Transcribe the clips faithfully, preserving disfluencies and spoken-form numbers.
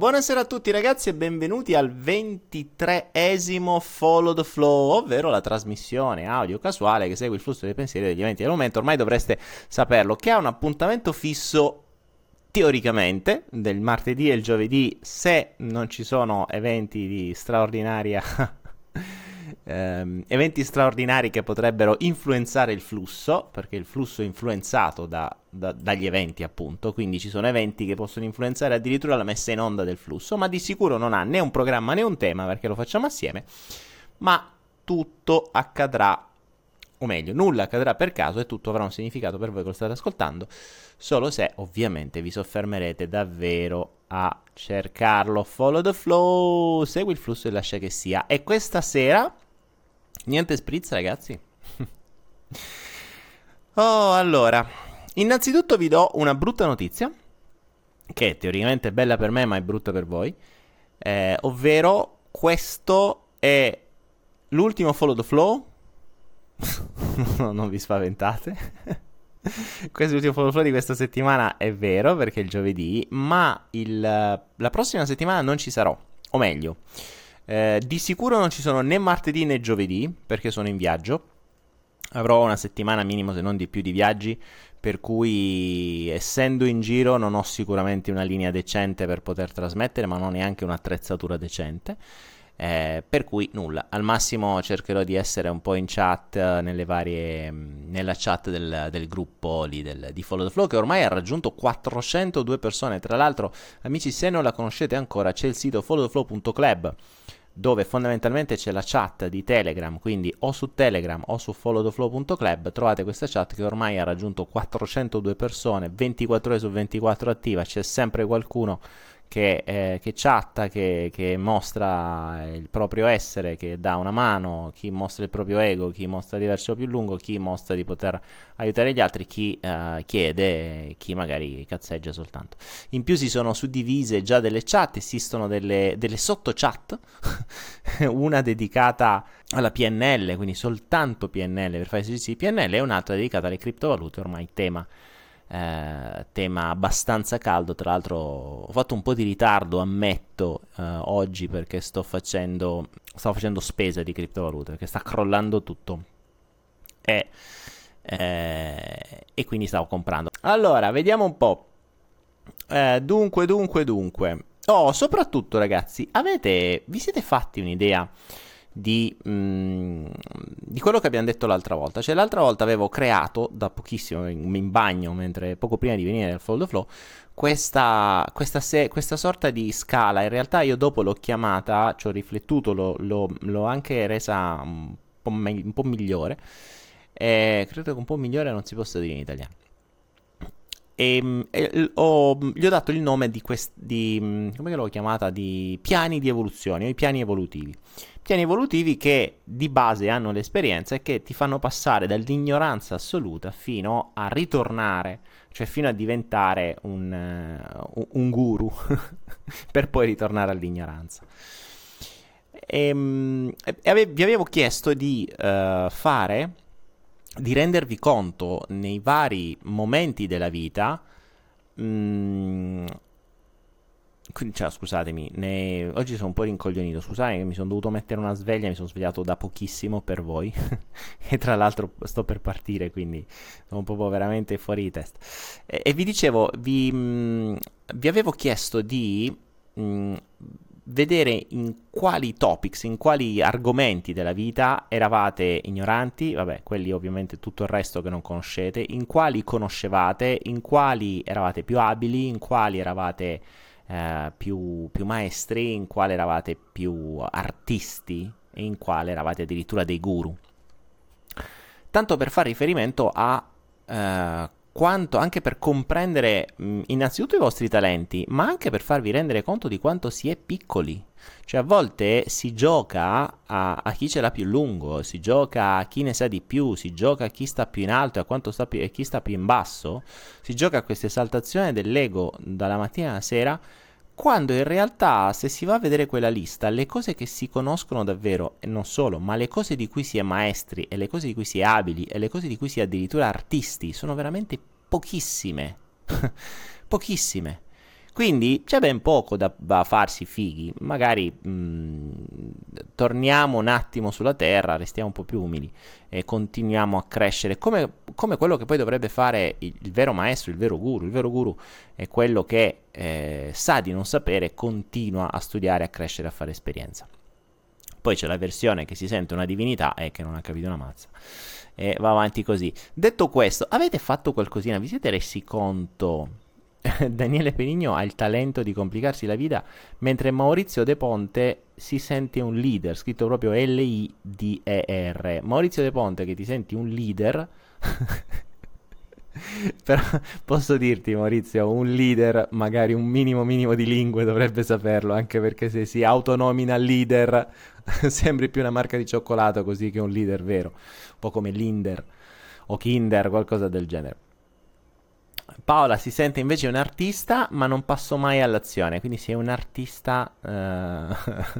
buonasera a tutti ragazzi e benvenuti al ventitreesimo Follow the Flow, ovvero la trasmissione audio casuale che segue il flusso dei pensieri degli eventi del momento. Ormai dovreste saperlo, che ha un appuntamento fisso teoricamente del martedì e il giovedì, se non ci sono eventi di straordinaria ehm, eventi straordinari che potrebbero influenzare il flusso, perché il flusso è influenzato da, da, dagli eventi appunto, quindi ci sono eventi che possono influenzare addirittura la messa in onda del flusso, ma di sicuro non ha né un programma né un tema perché lo facciamo assieme, ma tutto accadrà, o meglio, nulla accadrà per caso e tutto avrà un significato per voi che lo state ascoltando, solo se ovviamente vi soffermerete davvero a cercarlo. Follow the flow, segui il flusso e lascia che sia. E questa sera niente spritz ragazzi. Oh, allora, innanzitutto vi do una brutta notizia, che teoricamente è bella per me ma è brutta per voi, eh, ovvero questo è l'ultimo Follow the Flow. No, non vi spaventate. Questo è l'ultimo Follow the Flow di questa settimana, è vero, perché è il giovedì, ma il, la prossima settimana non ci sarò, o meglio, eh, di sicuro non ci sono né martedì né giovedì, perché sono in viaggio. Avrò una settimana minimo, se non di più, di viaggi, per cui essendo in giro non ho sicuramente una linea decente per poter trasmettere, ma non ho neanche un'attrezzatura decente. Eh, per cui nulla, al massimo cercherò di essere un po' in chat eh, nelle varie nella chat del, del gruppo lì del, di Follow the Flow, che ormai ha raggiunto quattrocentodue persone. Tra l'altro, amici, se non la conoscete ancora, c'è il sito follow the flow punto club, dove fondamentalmente c'è la chat di Telegram, quindi o su Telegram o su follow the flow punto club trovate questa chat che ormai ha raggiunto quattrocentodue persone, ventiquattro ore su ventiquattro attiva, c'è sempre qualcuno che, eh, che chatta, che, che mostra il proprio essere, che dà una mano, chi mostra il proprio ego, chi mostra di avercelo più lungo, chi mostra di poter aiutare gli altri, chi eh, chiede, chi magari cazzeggia soltanto. In più si sono suddivise già delle chat, esistono delle, delle sotto chat, una dedicata alla P N L, quindi soltanto P N L per fare esercizi di P N L, e un'altra dedicata alle criptovalute, ormai tema Eh, tema abbastanza caldo. Tra l'altro ho fatto un po' di ritardo, ammetto, eh, oggi, perché sto facendo sto facendo spesa di criptovalute, perché sta crollando tutto e, eh, e quindi stavo comprando. Allora, vediamo un po'. Eh, dunque, dunque, dunque. Oh, soprattutto ragazzi, avete vi siete fatti un'idea Di, mm, di quello che abbiamo detto l'altra volta? Cioè, l'altra volta avevo creato da pochissimo in, in bagno, mentre poco prima di venire al Follow the Flow, questa, questa, se, questa sorta di scala. In realtà io dopo l'ho chiamata, ci ho riflettuto, l'ho, l'ho, l'ho anche resa un po', me- un po' migliore, e credo che un po' migliore non si possa dire in italiano. E, e ho, gli ho dato il nome di questi, come l'ho chiamata, di piani di evoluzione, o i piani evolutivi. Piani evolutivi che di base hanno l'esperienza e che ti fanno passare dall'ignoranza assoluta fino a ritornare, cioè fino a diventare un, uh, un guru per poi ritornare all'ignoranza. E, e ave, vi avevo chiesto di uh, fare, di rendervi conto nei vari momenti della vita, mh, cioè scusatemi, ne... oggi sono un po' rincoglionito, scusate che mi sono dovuto mettere una sveglia, mi sono svegliato da pochissimo per voi e tra l'altro sto per partire, quindi sono proprio veramente fuori di testa. E, e vi dicevo, vi, mh, vi avevo chiesto di mh, vedere in quali topics, in quali argomenti della vita eravate ignoranti, vabbè, quelli ovviamente tutto il resto che non conoscete, in quali conoscevate, in quali eravate più abili, in quali eravate eh, più, più maestri, in quali eravate più artisti e in quali eravate addirittura dei guru. Tanto per fare riferimento a eh, quanto, anche per comprendere mh, innanzitutto i vostri talenti, ma anche per farvi rendere conto di quanto si è piccoli. Cioè a volte si gioca a, a chi ce l'ha più lungo, si gioca a chi ne sa di più, si gioca a chi sta più in alto e a quanto sta più, e chi sta più in basso, si gioca a questa esaltazione dell'ego dalla mattina alla sera, quando in realtà, se si va a vedere quella lista, le cose che si conoscono davvero, e non solo, ma le cose di cui si è maestri, e le cose di cui si è abili, e le cose di cui si è addirittura artisti, sono veramente pochissime. Pochissime. Quindi c'è ben poco da, da farsi fighi, magari mh, torniamo un attimo sulla terra, restiamo un po' più umili e continuiamo a crescere come, come quello che poi dovrebbe fare il, il vero maestro, il vero guru. Il vero guru è quello che eh, sa di non sapere e continua a studiare, a crescere, a fare esperienza. Poi c'è la versione che si sente una divinità e che non ha capito una mazza e va avanti così. Detto questo, avete fatto qualcosina? Vi siete resi conto? Daniele Penigno ha il talento di complicarsi la vita, mentre Maurizio De Ponte si sente un leader, scritto proprio L I D E R. Maurizio De Ponte, che ti senti un leader. Però posso dirti, Maurizio, un leader, magari un minimo minimo di lingue dovrebbe saperlo, anche perché se si autonomina leader sembri più una marca di cioccolato così che un leader vero, un po' come Linder o Kinder, qualcosa del genere. Paola si sente invece un artista, ma non passo mai all'azione, quindi sei un artista uh...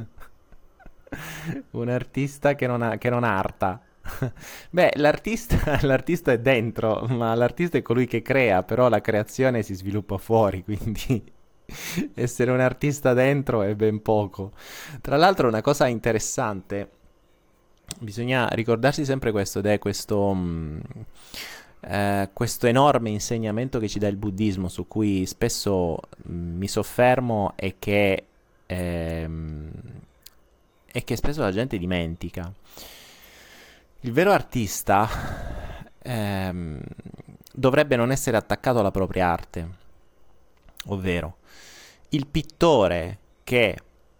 un artista che non, ha, che non arta. Beh, l'artista, l'artista è dentro, ma l'artista è colui che crea, però la creazione si sviluppa fuori, quindi essere un artista dentro è ben poco. Tra l'altro una cosa interessante, bisogna ricordarsi sempre questo, ed è questo... Mh, eh, questo enorme insegnamento che ci dà il buddismo, su cui spesso mh, mi soffermo e che, ehm, e che spesso la gente dimentica. Il vero artista ehm, dovrebbe non essere attaccato alla propria arte, ovvero il pittore che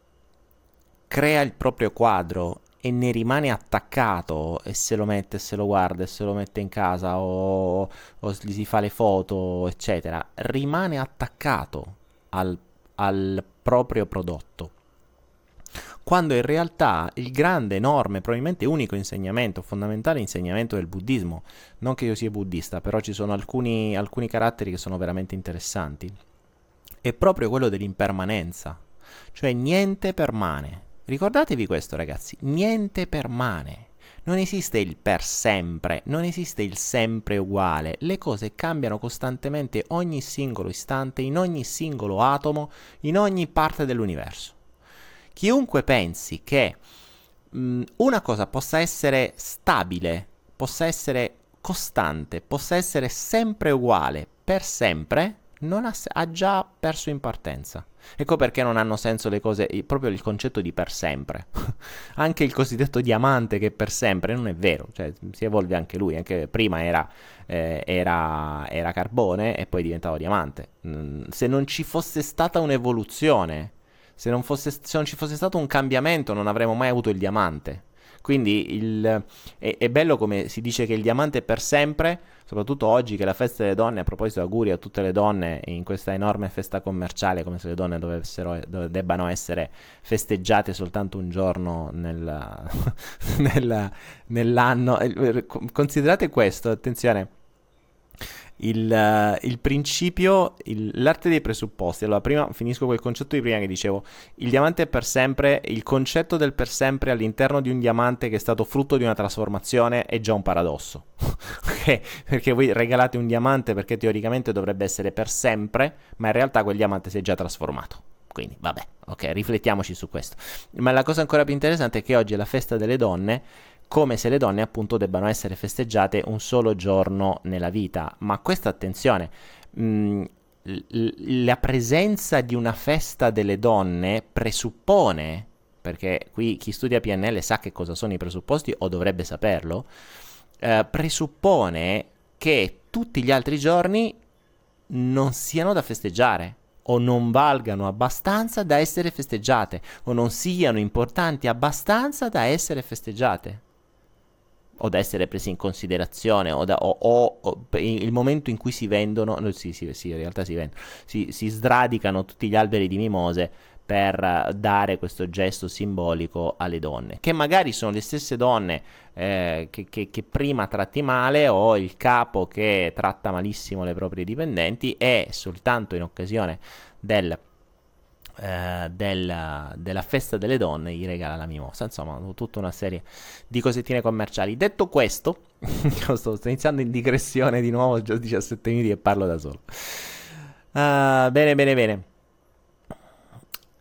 crea il proprio quadro e ne rimane attaccato e se lo mette, se lo guarda e se lo mette in casa o, o gli si fa le foto, eccetera, rimane attaccato al, al proprio prodotto. Quando in realtà il grande, enorme, probabilmente unico insegnamento, fondamentale insegnamento del buddismo, non che io sia buddista, però ci sono alcuni, alcuni caratteri che sono veramente interessanti, è proprio quello dell'impermanenza, cioè niente permane. Ricordatevi questo, ragazzi, niente permane. Non esiste il per sempre, non esiste il sempre uguale. Le cose cambiano costantemente ogni singolo istante, in ogni singolo atomo, in ogni parte dell'universo. Chiunque pensi che mh, una cosa possa essere stabile, possa essere costante, possa essere sempre uguale per sempre, non ha, ha già perso in partenza. Ecco perché non hanno senso le cose, proprio il concetto di per sempre. Anche il cosiddetto diamante che è per sempre non è vero, cioè si evolve anche lui, anche prima era, eh, era, era carbone e poi diventava diamante. Mm, se non ci fosse stata un'evoluzione, se non, fosse, se non ci fosse stato un cambiamento, non avremmo mai avuto il diamante. Quindi il, è, è bello come si dice che il diamante è per sempre, soprattutto oggi che è la festa delle donne. A proposito, auguri a tutte le donne in questa enorme festa commerciale, come se le donne dovessero, dove, debbano essere festeggiate soltanto un giorno nel, nel, nell'anno. Considerate questo, attenzione. Il, uh, il principio, il, l'arte dei presupposti. Allora, prima finisco quel concetto di prima che dicevo: il diamante è per sempre. Il concetto del per sempre all'interno di un diamante che è stato frutto di una trasformazione è già un paradosso. Ok? Perché voi regalate un diamante perché teoricamente dovrebbe essere per sempre, ma in realtà quel diamante si è già trasformato. Quindi, vabbè, ok, riflettiamoci su questo. Ma la cosa ancora più interessante è che oggi è la festa delle donne, come se le donne appunto debbano essere festeggiate un solo giorno nella vita. Ma questa, attenzione, mh, l- la presenza di una festa delle donne presuppone, perché qui chi studia P N L sa che cosa sono i presupposti o dovrebbe saperlo, eh, presuppone che tutti gli altri giorni non siano da festeggiare o non valgano abbastanza da essere festeggiate o non siano importanti abbastanza da essere festeggiate o da essere presi in considerazione o, da, o, o, o il momento in cui si vendono, no, sì, sì, sì, in realtà si vendono, si, si sradicano tutti gli alberi di mimose per dare questo gesto simbolico alle donne, che magari sono le stesse donne eh, che, che, che prima tratti male, o il capo che tratta malissimo le proprie dipendenti e soltanto in occasione del Eh, della, della festa delle donne gli regala la mimosa. Insomma, tutta una serie di cosettine commerciali. Detto questo, sto, sto iniziando in digressione di nuovo, già diciassette minuti e parlo da solo. Uh, bene, bene, bene.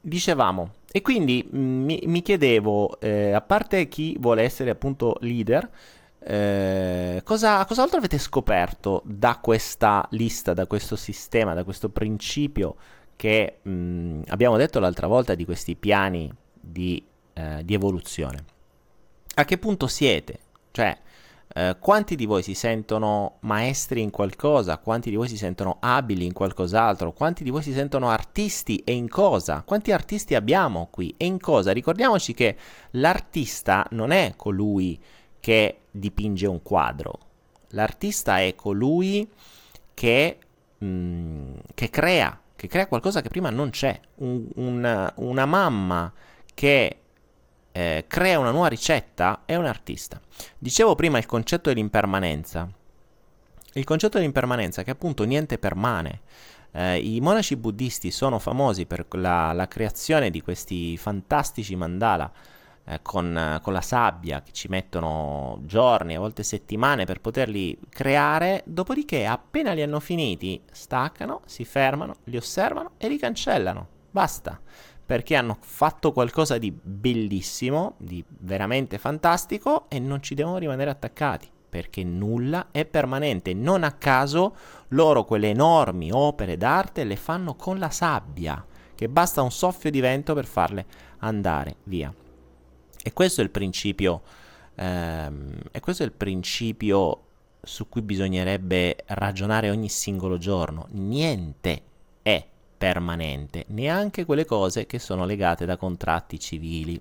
dicevamo, e quindi mh, mi, mi chiedevo, eh, a parte chi vuole essere appunto leader, eh, cosa, cos'altro avete scoperto da questa lista, da questo sistema, da questo principio che mh, abbiamo detto l'altra volta di questi piani di, eh, di evoluzione? A che punto siete? Cioè, eh, quanti di voi si sentono maestri in qualcosa? Quanti di voi si sentono abili in qualcos'altro? Quanti di voi si sentono artisti e in cosa? Quanti artisti abbiamo qui e in cosa? Ricordiamoci che l'artista non è colui che dipinge un quadro. L'artista è colui che, mh, che crea, che crea qualcosa che prima non c'è. Un, una, una mamma che eh, crea una nuova ricetta è un artista. Dicevo prima il concetto dell'impermanenza. Il concetto dell'impermanenza che appunto niente permane. Eh, I monaci buddisti sono famosi per la, la creazione di questi fantastici mandala eh, con, con la sabbia, che ci mettono giorni, a volte settimane per poterli creare, dopodiché appena li hanno finiti staccano, si fermano, li osservano e li cancellano. Basta. Perché hanno fatto qualcosa di bellissimo, di veramente fantastico e non ci devono rimanere attaccati, perché nulla è permanente. Non a caso loro quelle enormi opere d'arte le fanno con la sabbia, che basta un soffio di vento per farle andare via. E questo è il principio, ehm, e questo è il principio su cui bisognerebbe ragionare ogni singolo giorno. Niente è permanente, neanche quelle cose che sono legate da contratti civili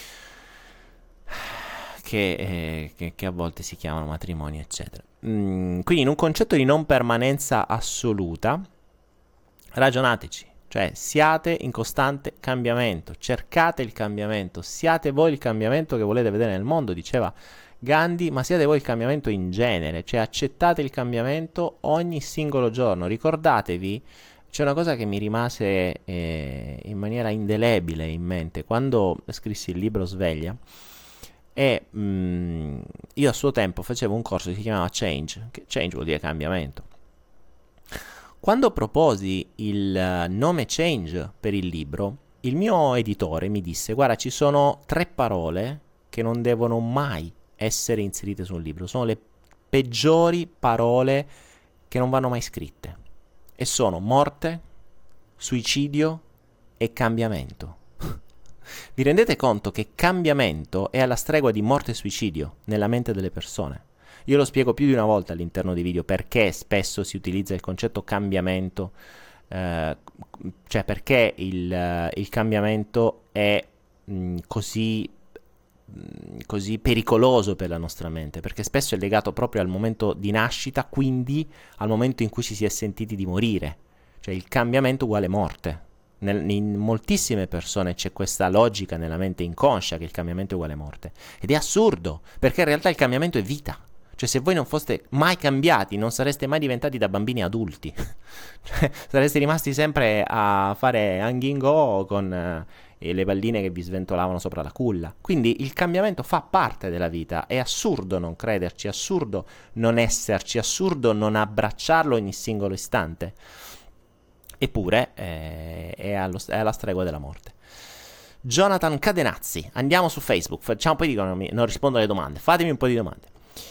che, eh, che, che a volte si chiamano matrimoni eccetera. Mm, quindi in un concetto di non permanenza assoluta ragionateci, cioè siate in costante cambiamento, cercate il cambiamento, siate voi il cambiamento che volete vedere nel mondo, diceva Gandhi, ma siate voi il cambiamento in genere, cioè accettate il cambiamento ogni singolo giorno. Ricordatevi, c'è una cosa che mi rimase eh, in maniera indelebile in mente quando scrissi il libro Sveglia, e mh, io a suo tempo facevo un corso che si chiamava Change, che Change vuol dire cambiamento. Quando proposi il nome Change per il libro, il mio editore mi disse: guarda, ci sono tre parole che non devono mai essere inserite su un libro, sono le peggiori parole che non vanno mai scritte. E sono morte, suicidio e cambiamento. Vi rendete conto che cambiamento è alla stregua di morte e suicidio nella mente delle persone? Io lo spiego più di una volta all'interno dei video perché spesso si utilizza il concetto cambiamento, eh, cioè perché il, il cambiamento è mh, così... così pericoloso per la nostra mente, perché spesso è legato proprio al momento di nascita, quindi al momento in cui ci si è sentiti di morire, cioè il cambiamento uguale morte. Nel, in moltissime persone c'è questa logica nella mente inconscia che il cambiamento è uguale morte, ed è assurdo, perché in realtà il cambiamento è vita. Cioè se voi non foste mai cambiati non sareste mai diventati da bambini adulti. Cioè, sareste rimasti sempre a fare hanging go con eh, le palline che vi sventolavano sopra la culla. Quindi il cambiamento fa parte della vita. È assurdo non crederci, è assurdo non esserci, è assurdo non abbracciarlo ogni singolo istante. Eppure eh, è, allo, è alla stregua della morte. Jonathan Cadenazzi, andiamo su Facebook, facciamo, poi dicono non rispondo alle domande, fatemi un po' di domande.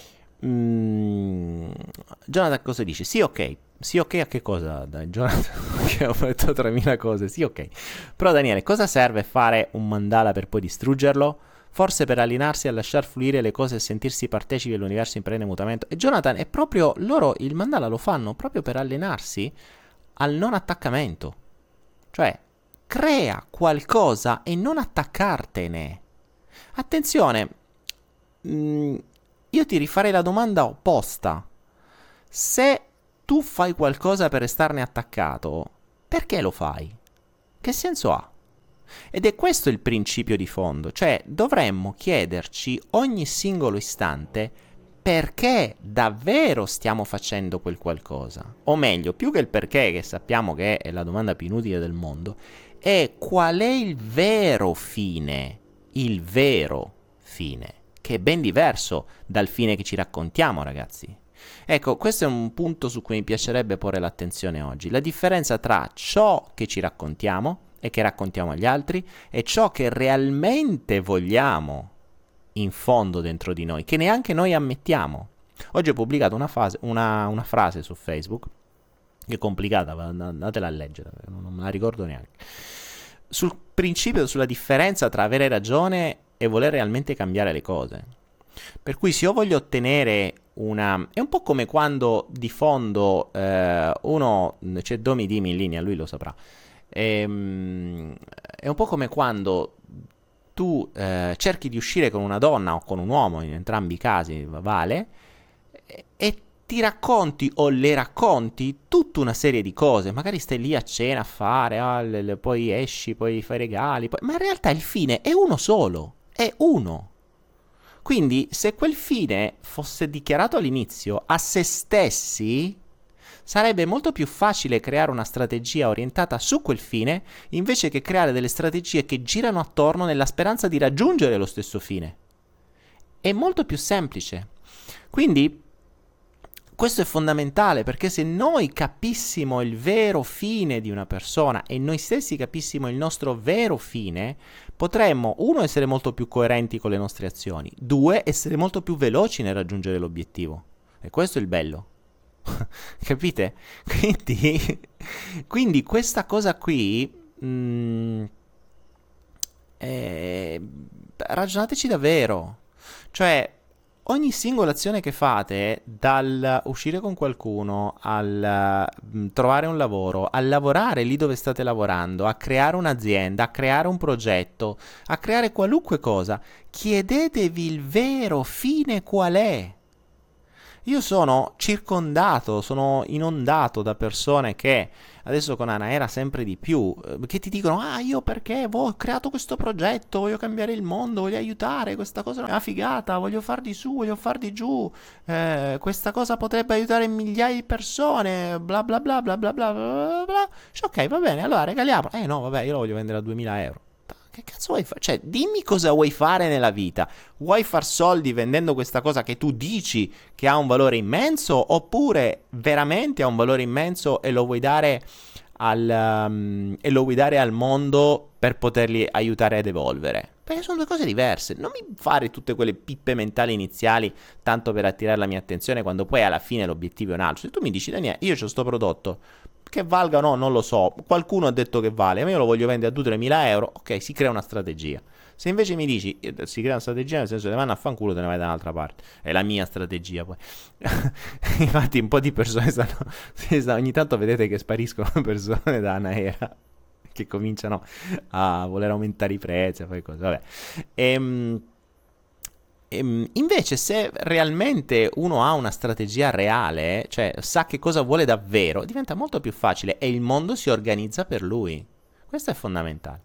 Mm, Jonathan cosa dice? Sì, ok. Sì, ok a che cosa? Dai, Jonathan, che ho detto tremila cose. Sì, ok. Però Daniele, cosa serve fare un mandala per poi distruggerlo? Forse per allenarsi a lasciar fluire le cose e sentirsi partecipi dell'universo in perenne mutamento. E Jonathan, è proprio loro il mandala lo fanno proprio per allenarsi al non attaccamento. Cioè, crea qualcosa e non attaccartene. Attenzione, mh, io ti rifarei la domanda opposta. Se tu fai qualcosa per restarne attaccato, perché lo fai? Che senso ha? Ed è questo il principio di fondo, cioè dovremmo chiederci ogni singolo istante perché davvero stiamo facendo quel qualcosa. O meglio, più che il perché, che sappiamo che è la domanda più inutile del mondo, è qual è il vero fine, il vero fine. Che è ben diverso dal fine che ci raccontiamo, ragazzi. Ecco, questo è un punto su cui mi piacerebbe porre l'attenzione oggi. La differenza tra ciò che ci raccontiamo e che raccontiamo agli altri, è ciò che realmente vogliamo in fondo dentro di noi, che neanche noi ammettiamo. Oggi ho pubblicato una, fase, una, una frase su Facebook, che è complicata, andatela a leggere, non me la ricordo neanche, sul principio, sulla differenza tra avere ragione e voler realmente cambiare le cose. Per cui se io voglio ottenere una... è un po' come quando di fondo eh, uno... c'è Domi Dimi in linea, lui lo saprà. Ehm, è un po' come quando tu eh, cerchi di uscire con una donna o con un uomo, in entrambi i casi vale, e, e ti racconti o le racconti tutta una serie di cose. Magari stai lì a cena a fare, ah, le, le, poi esci, poi fai regali, poi... ma in realtà il fine è uno solo, è uno. Quindi se quel fine fosse dichiarato all'inizio a se stessi, sarebbe molto più facile creare una strategia orientata su quel fine, invece che creare delle strategie che girano attorno nella speranza di raggiungere lo stesso fine. È molto più semplice. Quindi questo è fondamentale, perché se noi capissimo il vero fine di una persona e noi stessi capissimo il nostro vero fine, potremmo, uno, essere molto più coerenti con le nostre azioni, due, essere molto più veloci nel raggiungere l'obiettivo. E questo è il bello. Capite? Quindi, quindi questa cosa qui, mh, eh, ragionateci davvero. Cioè, ogni singola azione che fate, dal uscire con qualcuno, al uh, trovare un lavoro, al lavorare lì dove state lavorando, a creare un'azienda, a creare un progetto, a creare qualunque cosa, chiedetevi il vero fine qual è. Io sono circondato, sono inondato da persone che, adesso con Anaera sempre di più, che ti dicono: ah, io perché ho creato questo progetto, voglio cambiare il mondo, voglio aiutare, questa cosa è una figata, voglio far di su, voglio far di giù, eh, questa cosa potrebbe aiutare migliaia di persone, bla bla bla bla bla bla bla bla. Ok, va bene, allora regaliamo. Eh no, vabbè, io lo voglio vendere a duemila euro. Che cazzo vuoi fare? Cioè, dimmi cosa vuoi fare nella vita. Vuoi far soldi vendendo questa cosa che tu dici che ha un valore immenso, oppure veramente ha un valore immenso e lo vuoi dare al, um, e lo vuoi dare al mondo per poterli aiutare ad evolvere? Perché sono due cose diverse. Non mi fare tutte quelle pippe mentali iniziali tanto per attirare la mia attenzione, quando poi alla fine l'obiettivo è un altro. Se tu mi dici: Daniele, io ho sto prodotto, che valga o no, non lo so, qualcuno ha detto che vale, ma io lo voglio vendere a due tre mila euro, ok, si crea una strategia. Se invece mi dici, si crea una strategia nel senso che te vanno a fanculo, te ne vai da un'altra parte, è la mia strategia poi. Infatti un po' di persone stanno, ogni tanto vedete che spariscono persone da Anaera, che cominciano a voler aumentare i prezzi, a fare cose, vabbè. Ehm... Invece, se realmente uno ha una strategia reale, cioè sa che cosa vuole davvero, diventa molto più facile e il mondo si organizza per lui. Questo è fondamentale.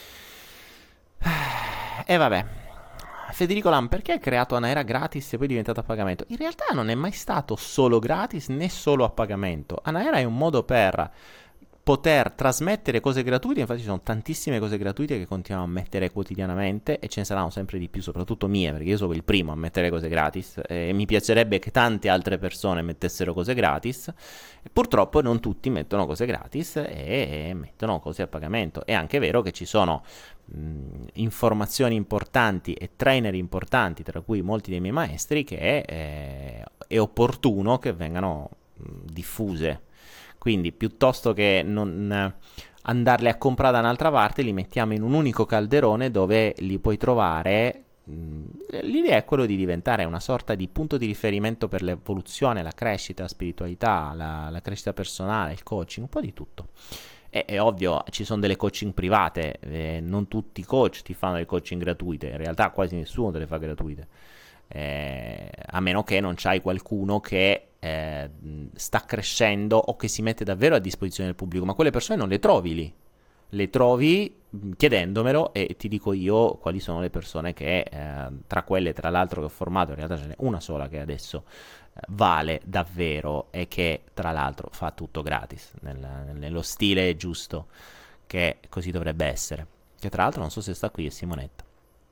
E vabbè, Federico Lam, perché hai creato Anaera gratis e poi è diventato a pagamento? In realtà non è mai stato solo gratis né solo a pagamento. Anaera è un modo per poter trasmettere cose gratuite. Infatti ci sono tantissime cose gratuite che continuiamo a mettere quotidianamente, e ce ne saranno sempre di più, soprattutto mie, perché io sono il primo a mettere cose gratis e mi piacerebbe che tante altre persone mettessero cose gratis. E purtroppo non tutti mettono cose gratis e mettono cose a pagamento. È anche vero che ci sono mh, informazioni importanti e trainer importanti, tra cui molti dei miei maestri, che è, è opportuno che vengano mh, diffuse. Quindi piuttosto che non andarli a comprare da un'altra parte, li mettiamo in un unico calderone dove li puoi trovare. L'idea è quello di diventare una sorta di punto di riferimento per l'evoluzione, la crescita, la spiritualità, la, la crescita personale, il coaching, un po' di tutto. E, è ovvio, ci sono delle coaching private, eh, non tutti i coach ti fanno le coaching gratuite, in realtà quasi nessuno te le fa gratuite. Eh, a meno che non c'hai qualcuno che eh, sta crescendo o che si mette davvero a disposizione del pubblico, ma quelle persone non le trovi lì, le trovi chiedendomelo e ti dico io quali sono le persone che eh, tra quelle tra l'altro che ho formato, in realtà ce n'è una sola che adesso eh, vale davvero e che tra l'altro fa tutto gratis nel, nello stile giusto, che così dovrebbe essere, che tra l'altro non so se sta qui, è Simonetta.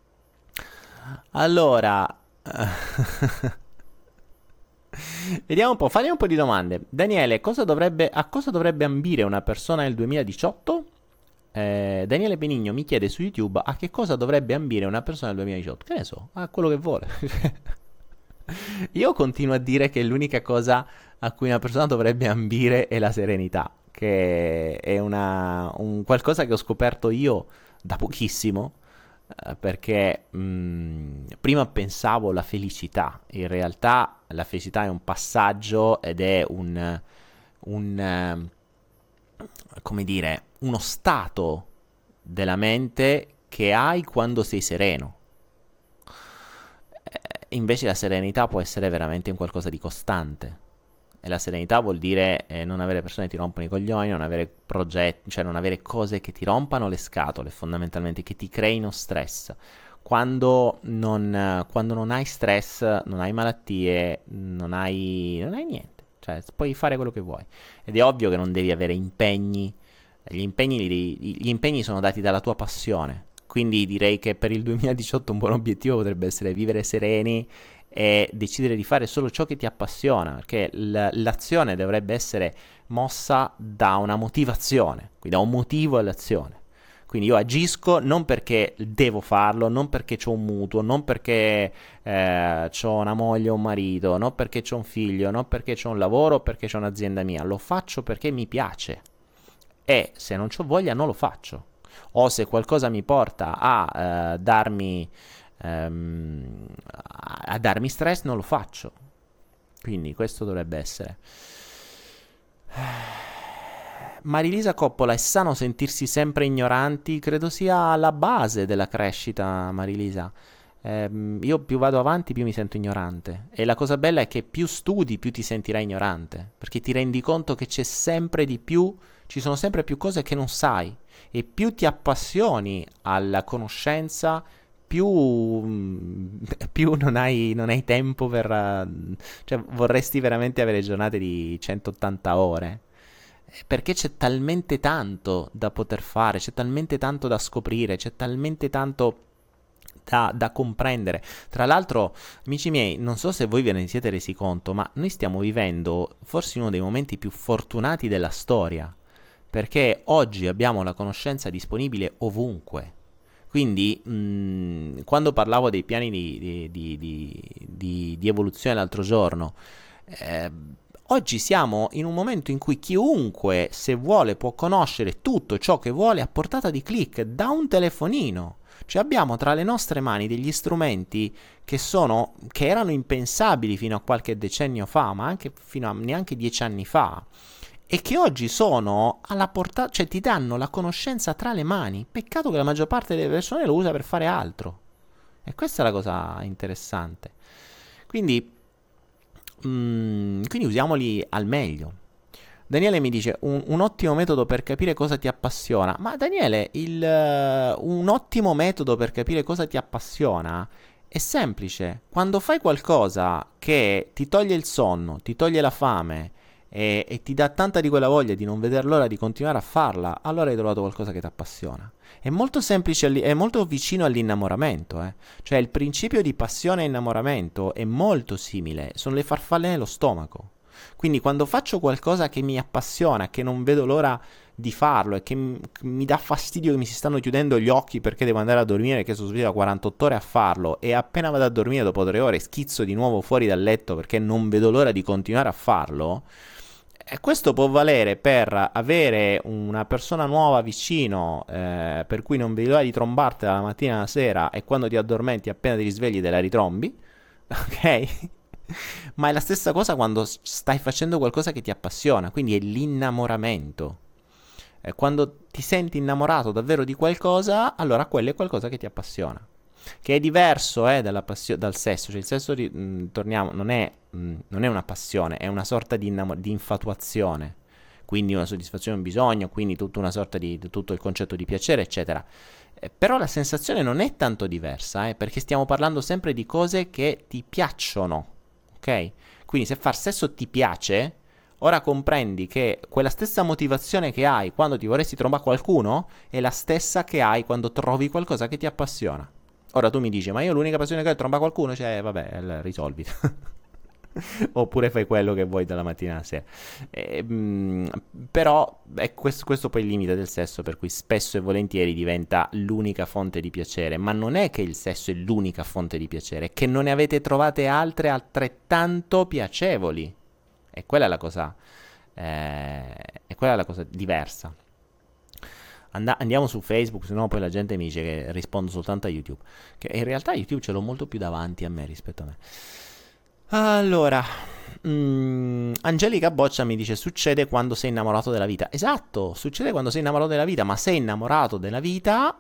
Allora vediamo un po', fai un po' di domande. Daniele, cosa dovrebbe, a cosa dovrebbe ambire una persona nel duemiladiciotto? eh, Daniele Benigno mi chiede su YouTube a che cosa dovrebbe ambire una persona nel duemiladiciotto. Che ne so, a quello che vuole. Io continuo a dire che l'unica cosa a cui una persona dovrebbe ambire è la serenità, che è una, un qualcosa che ho scoperto io da pochissimo, eh, perché mh, prima pensavo alla felicità. In realtà la felicità è un passaggio ed è un, un eh, come dire, uno stato della mente che hai quando sei sereno. Eh, invece la serenità può essere veramente un qualcosa di costante. E la serenità vuol dire eh, non avere persone che ti rompono i coglioni, non avere progetti, cioè non avere cose che ti rompano le scatole, fondamentalmente, che ti creino stress. Quando non, quando non hai stress, non hai malattie, non hai, non hai niente. Cioè, puoi fare quello che vuoi. Ed è ovvio che non devi avere impegni. Gli impegni, gli impegni sono dati dalla tua passione. Quindi direi che per il duemiladiciotto un buon obiettivo potrebbe essere vivere sereni e decidere di fare solo ciò che ti appassiona, perché l- l'azione dovrebbe essere mossa da una motivazione, quindi da un motivo all'azione. Quindi io agisco non perché devo farlo, non perché ho un mutuo, non perché eh, ho una moglie o un marito, non perché ho un figlio, non perché ho un lavoro, perché ho un'azienda mia. Lo faccio perché mi piace e se non ho voglia non lo faccio. O se qualcosa mi porta a eh, darmi ehm, a darmi stress, non lo faccio. Quindi questo dovrebbe essere. Marilisa Coppola, è sano sentirsi sempre ignoranti? Credo sia la base della crescita, Marilisa. Ehm, io più vado avanti più mi sento ignorante e la cosa bella è che più studi più ti sentirai ignorante, perché ti rendi conto che c'è sempre di più, ci sono sempre più cose che non sai e più ti appassioni alla conoscenza più, mm, più non hai, non hai tempo per uh, cioè vorresti veramente avere giornate di centottanta ore, perché c'è talmente tanto da poter fare, c'è talmente tanto da scoprire, c'è talmente tanto da, da comprendere. Tra l'altro, amici miei, non so se voi ve ne siete resi conto, ma noi stiamo vivendo forse uno dei momenti più fortunati della storia, perché oggi abbiamo la conoscenza disponibile ovunque. Quindi, mh, quando parlavo dei piani di, di, di, di, di, di evoluzione l'altro giorno, eh, oggi siamo in un momento in cui chiunque, se vuole, può conoscere tutto ciò che vuole a portata di click da un telefonino. Cioè abbiamo tra le nostre mani degli strumenti che sono, che erano impensabili fino a qualche decennio fa, ma anche fino a neanche dieci anni fa, e che oggi sono alla portata, cioè ti danno la conoscenza tra le mani. Peccato che la maggior parte delle persone lo usa per fare altro. E questa è la cosa interessante. Quindi, mm, quindi usiamoli al meglio. Daniele mi dice un, un ottimo metodo per capire cosa ti appassiona. Ma Daniele, il, uh, un ottimo metodo per capire cosa ti appassiona è semplice. Quando fai qualcosa che ti toglie il sonno, ti toglie la fame e, e ti dà tanta di quella voglia di non veder l'ora di continuare a farla, allora hai trovato qualcosa che ti appassiona. È molto semplice, è molto vicino all'innamoramento, eh? Cioè il principio di passione e innamoramento è molto simile, sono le farfalle nello stomaco. Quindi quando faccio qualcosa che mi appassiona, che non vedo l'ora di farlo e che m- mi dà fastidio che mi si stanno chiudendo gli occhi perché devo andare a dormire, che sono sveglio da quarantotto ore a farlo, e appena vado a dormire dopo tre ore schizzo di nuovo fuori dal letto perché non vedo l'ora di continuare a farlo, e questo può valere per avere una persona nuova vicino, eh, per cui non vedi l'ora di trombartela la mattina e la sera, e quando ti addormenti appena ti risvegli te la ritrombi, ok? Ma è la stessa cosa quando stai facendo qualcosa che ti appassiona, quindi è l'innamoramento. Eh, quando ti senti innamorato davvero di qualcosa, allora quello è qualcosa che ti appassiona. Che è diverso eh, dalla passio- dal sesso. Cioè il sesso, di, mh, torniamo, non è, mh, non è una passione, è una sorta di, innamo- di infatuazione. Quindi una soddisfazione, un bisogno, quindi tutta una sorta di, di tutto il concetto di piacere, eccetera. Eh, però la sensazione non è tanto diversa, eh, perché stiamo parlando sempre di cose che ti piacciono. Ok? Quindi se far sesso ti piace, ora comprendi che quella stessa motivazione che hai quando ti vorresti trovare qualcuno è la stessa che hai quando trovi qualcosa che ti appassiona. Ora tu mi dici, ma io l'unica passione che ho è trovare qualcuno, cioè vabbè, risolvi. Oppure fai quello che vuoi dalla mattina alla sera. E, mh, però è questo, questo poi il limite del sesso, per cui spesso e volentieri diventa l'unica fonte di piacere. Ma non è che il sesso è l'unica fonte di piacere, è che non ne avete trovate altre altrettanto piacevoli. E quella è la cosa, eh, è quella la cosa diversa. And- andiamo su Facebook, sennò poi la gente mi dice che rispondo soltanto a YouTube. Che in realtà YouTube ce l'ho molto più davanti a me rispetto a me. Allora, mm, Angelica Boccia mi dice: succede quando sei innamorato della vita. Esatto, succede quando sei innamorato della vita, ma sei innamorato della vita.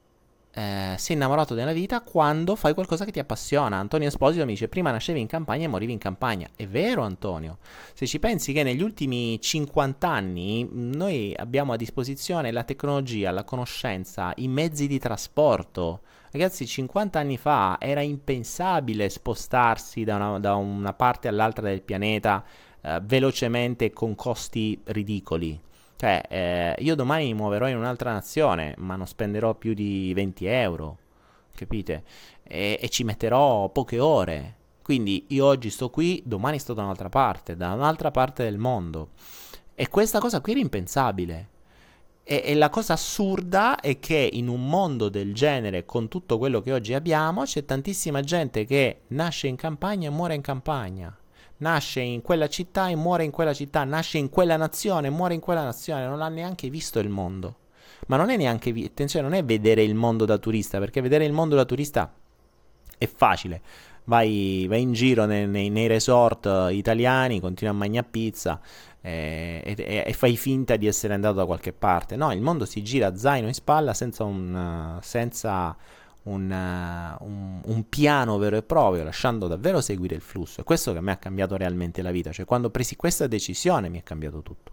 Eh, sei innamorato della vita quando fai qualcosa che ti appassiona. Antonio Esposito mi dice: prima nascevi in campagna e morivi in campagna. È vero, Antonio. Se ci pensi che negli ultimi cinquanta anni noi abbiamo a disposizione la tecnologia, la conoscenza, i mezzi di trasporto. Ragazzi, cinquanta anni fa era impensabile spostarsi da una, da una parte all'altra del pianeta eh, velocemente e con costi ridicoli. Cioè, eh, io domani mi muoverò in un'altra nazione, ma non spenderò più di venti euro, capite? E, e ci metterò poche ore. Quindi io oggi sto qui, domani sto da un'altra parte, da un'altra parte del mondo. E questa cosa qui era impensabile. E, e la cosa assurda è che in un mondo del genere, con tutto quello che oggi abbiamo, c'è tantissima gente che nasce in campagna e muore in campagna. Nasce in quella città e muore in quella città, nasce in quella nazione e muore in quella nazione, non ha neanche visto il mondo. Ma non è neanche, vi- attenzione, non è vedere il mondo da turista, perché vedere il mondo da turista è facile. Vai, vai in giro nei, nei- nei resort eh, italiani, continui a mangiare pizza eh, e, e- e fai finta di essere andato da qualche parte. No, il mondo si gira a zaino in spalla senza un, eh, senza un, uh, un, un piano vero e proprio, lasciando davvero seguire il flusso. È questo che a me ha cambiato realmente la vita, cioè quando ho preso questa decisione mi è cambiato tutto.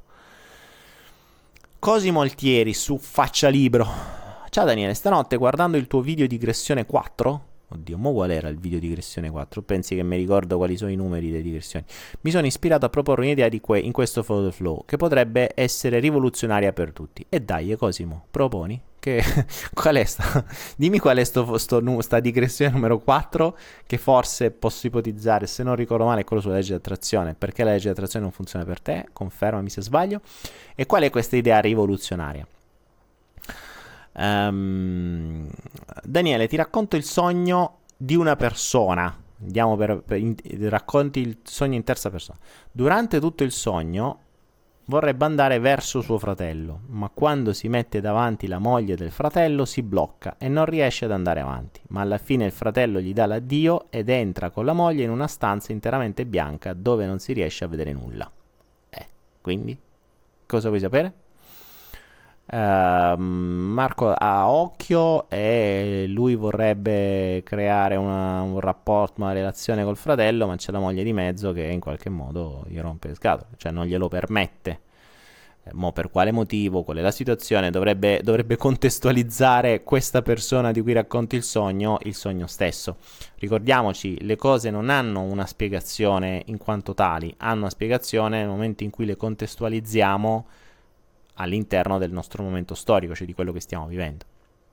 Cosimo Altieri su Faccia Libro: ciao Daniele, stanotte guardando il tuo video digressione quattro, oddio, mo qual era il video digressione quattro? Pensi che mi ricordo quali sono i numeri delle digressioni? Mi sono ispirato a proporre un'idea di que- in questo photo flow che potrebbe essere rivoluzionaria per tutti. E dai, Cosimo, proponi? Che, qual è sta? Dimmi qual è sto, sto, sta digressione numero quattro, che forse posso ipotizzare, se non ricordo male, è quello sulla legge di attrazione. Perché la legge di attrazione non funziona per te? Confermami se sbaglio. E qual è questa idea rivoluzionaria? Um, Daniele, ti racconto il sogno di una persona. Andiamo per, per in, racconti il sogno in terza persona. Durante tutto il sogno vorrebbe andare verso suo fratello, ma quando si mette davanti la moglie del fratello si blocca e non riesce ad andare avanti. Ma alla fine il fratello gli dà l'addio ed entra con la moglie in una stanza interamente bianca dove non si riesce a vedere nulla. Eh, quindi cosa vuoi sapere? Uh, Marco ha occhio e lui vorrebbe creare una, un rapporto, una relazione col fratello, ma c'è la moglie di mezzo che in qualche modo gli rompe le scatole, cioè non glielo permette. Eh, mo per quale motivo, qual è la situazione? Dovrebbe, dovrebbe contestualizzare questa persona di cui racconti il sogno, il sogno stesso. Ricordiamoci, le cose non hanno una spiegazione in quanto tali, hanno una spiegazione nel momento in cui le contestualizziamo all'interno del nostro momento storico, cioè di quello che stiamo vivendo.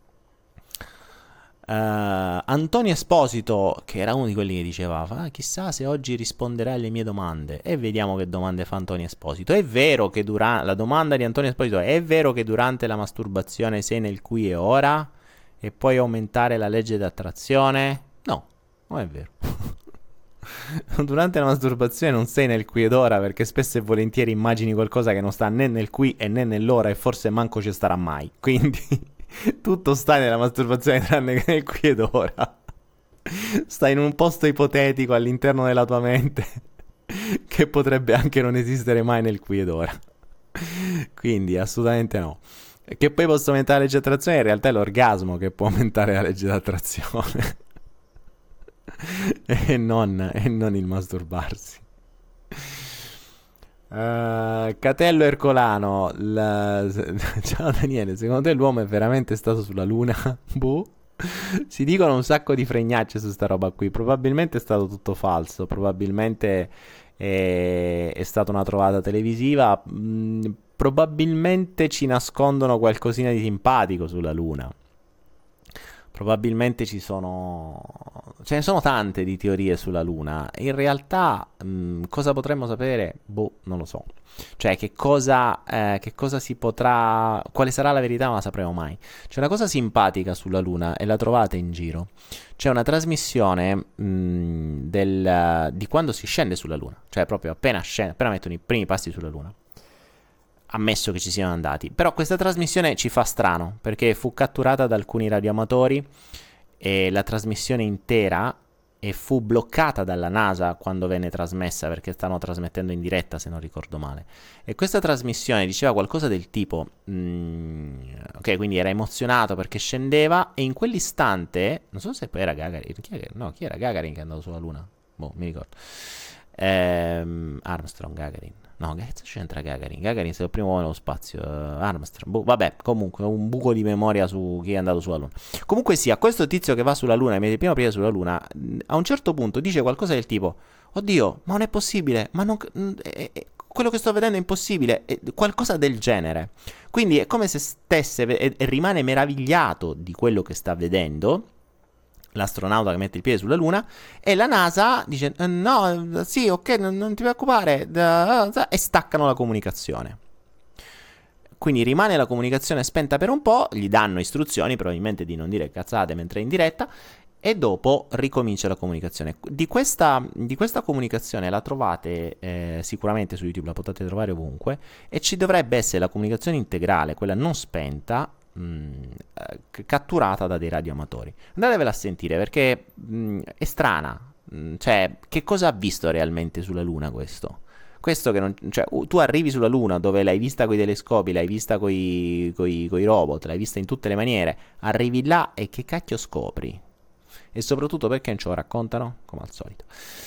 Uh, Antonio Esposito, che era uno di quelli che diceva ah, chissà se oggi risponderai alle mie domande, e vediamo che domande fa Antonio Esposito. È vero che durante la domanda di Antonio Esposito è vero che durante la masturbazione sei nel qui e ora e puoi aumentare la legge d'attrazione? No, non è vero. Durante la masturbazione non sei nel qui ed ora, perché spesso e volentieri immagini qualcosa che non sta né nel qui e né nell'ora, e forse manco ci starà mai. Quindi tutto sta nella masturbazione tranne che nel qui ed ora. Stai in un posto ipotetico all'interno della tua mente che potrebbe anche non esistere mai nel qui ed ora. Quindi assolutamente no. Che poi possa aumentare la legge di attrazione, in realtà è l'orgasmo che può aumentare la legge di attrazione. e, non, e non il masturbarsi. Uh, Catello Ercolano, la... ciao Daniele, secondo te l'uomo è veramente stato sulla luna? Boh. Si dicono un sacco di fregnacce su sta roba qui. Probabilmente è stato tutto falso. Probabilmente è, è stata una trovata televisiva. mm, Probabilmente ci nascondono qualcosina di simpatico sulla luna. probabilmente ci sono, ce ne sono tante di teorie sulla Luna. In realtà, mh, cosa potremmo sapere? Boh, non lo so. Cioè, che cosa, eh, che cosa si potrà, quale sarà la verità non la sapremo mai. C'è una cosa simpatica sulla Luna e la trovate in giro. C'è una trasmissione mh, del, di quando si scende sulla Luna. Cioè, proprio appena scende, appena mettono i primi passi sulla Luna. Ammesso che ci siano andati. Però questa trasmissione ci fa strano, perché fu catturata da alcuni radioamatori e la trasmissione intera e fu bloccata dalla NASA quando venne trasmessa, perché stavano trasmettendo in diretta, se non ricordo male. E questa trasmissione diceva qualcosa del tipo mm, ok, quindi era emozionato perché scendeva, e in quell'istante, non so se poi era Gagarin, chi è, no, chi era Gagarin che è andato sulla Luna? Boh, mi ricordo. Ehm, Armstrong, Gagarin. No, che cazzo c'entra Gagarin? Gagarin è il primo uomo nello spazio. Uh, Armstrong. Boh, vabbè, comunque, un buco di memoria su chi è andato sulla Luna. Comunque sia, questo tizio che va sulla Luna e mette il primo piede sulla Luna, a un certo punto dice qualcosa del tipo: oddio, ma non è possibile, ma non... È, è, quello che sto vedendo è impossibile, è qualcosa del genere. Quindi è come se stesse e, e rimane meravigliato di quello che sta vedendo, l'astronauta che mette il piede sulla Luna, e la NASA dice no, sì, ok, non, non ti preoccupare, e staccano la comunicazione. Quindi rimane la comunicazione spenta per un po', gli danno istruzioni probabilmente di non dire cazzate mentre è in diretta, e dopo ricomincia la comunicazione. Di questa, di questa comunicazione la trovate eh, sicuramente su YouTube, la potete trovare ovunque, e ci dovrebbe essere la comunicazione integrale, quella non spenta, Mh, catturata da dei radioamatori. Andatevela a sentire, perché mh, è strana. Mh, cioè, che cosa ha visto realmente sulla Luna questo? Questo che non, cioè, tu arrivi sulla Luna dove l'hai vista coi telescopi, l'hai vista coi, coi, coi robot, l'hai vista in tutte le maniere, arrivi là e che cacchio scopri? E soprattutto perché non ce lo raccontano? Come al solito.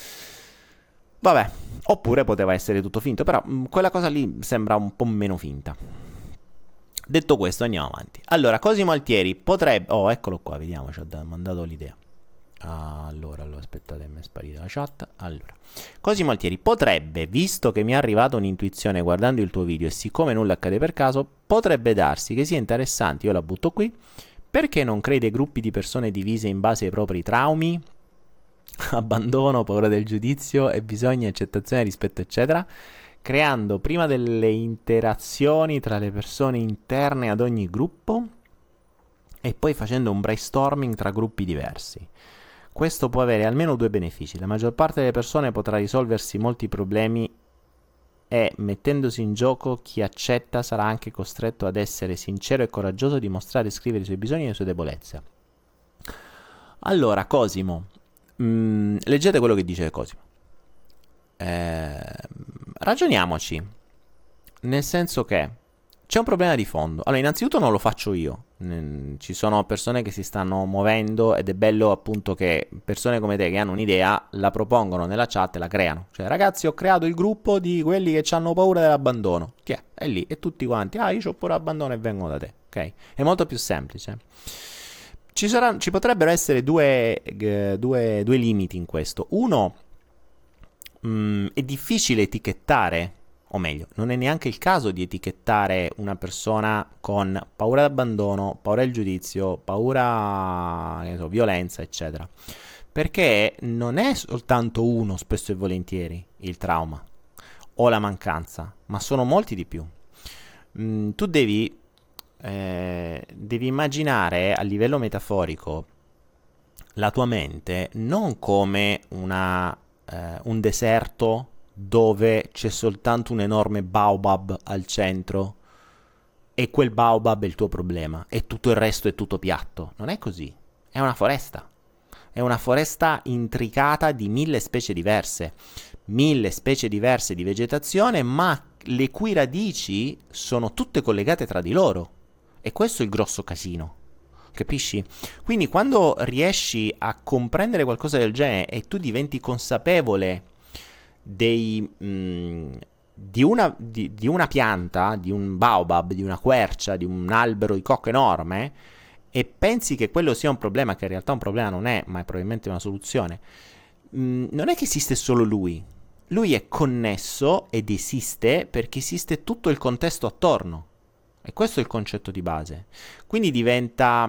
Vabbè, oppure poteva essere tutto finto, però mh, quella cosa lì sembra un po' meno finta. Detto questo, andiamo avanti. Allora, Cosimo Altieri potrebbe... Oh, eccolo qua, vediamo, ci ha mandato l'idea. Allora, allora, aspettate, mi è sparita la chat. Allora, Cosimo Altieri potrebbe, visto che mi è arrivata un'intuizione guardando il tuo video e siccome nulla accade per caso, potrebbe darsi che sia interessante, io la butto qui, perché non crei dei gruppi di persone divise in base ai propri traumi, abbandono, paura del giudizio e bisogni, accettazione, rispetto, eccetera, creando prima delle interazioni tra le persone interne ad ogni gruppo e poi facendo un brainstorming tra gruppi diversi. Questo può avere almeno due benefici. La maggior parte delle persone potrà risolversi molti problemi e, mettendosi in gioco, chi accetta sarà anche costretto ad essere sincero e coraggioso, dimostrare e scrivere i suoi bisogni e le sue debolezze. Allora, Cosimo, mh, leggete quello che dice Cosimo. Eh, ragioniamoci, nel senso che c'è un problema di fondo. Allora, innanzitutto non lo faccio io, ci sono persone che si stanno muovendo ed è bello appunto che persone come te che hanno un'idea la propongono nella chat e la creano. Cioè, ragazzi, ho creato il gruppo di quelli che hanno paura dell'abbandono. Chi è? È lì, e tutti quanti, ah, io ho paura dell'abbandono e vengono da te, ok? È molto più semplice. Ci, sarà, ci potrebbero essere due, eh, due, due limiti in questo. Uno, Mm, è difficile etichettare, o meglio, non è neanche il caso di etichettare una persona con paura d'abbandono, paura del giudizio, paura, che so, violenza, eccetera. Perché non è soltanto uno, spesso e volentieri, il trauma o la mancanza, ma sono molti di più. Mm, tu devi, eh, devi immaginare a livello metaforico la tua mente non come una Uh, un deserto dove c'è soltanto un enorme baobab al centro e quel baobab è il tuo problema e tutto il resto è tutto piatto. Non è così, è una foresta. È una foresta intricata di mille specie diverse, mille specie diverse di vegetazione, ma le cui radici sono tutte collegate tra di loro. E questo è il grosso casino. Capisci? Quindi quando riesci a comprendere qualcosa del genere e tu diventi consapevole dei, mh, di, una, di, di una pianta, di un baobab, di una quercia, di un albero di cocco enorme, e pensi che quello sia un problema, che in realtà un problema non è, ma è probabilmente una soluzione, mh, non è che esiste solo lui. Lui è connesso ed esiste perché esiste tutto il contesto attorno. E questo è il concetto di base. Quindi diventa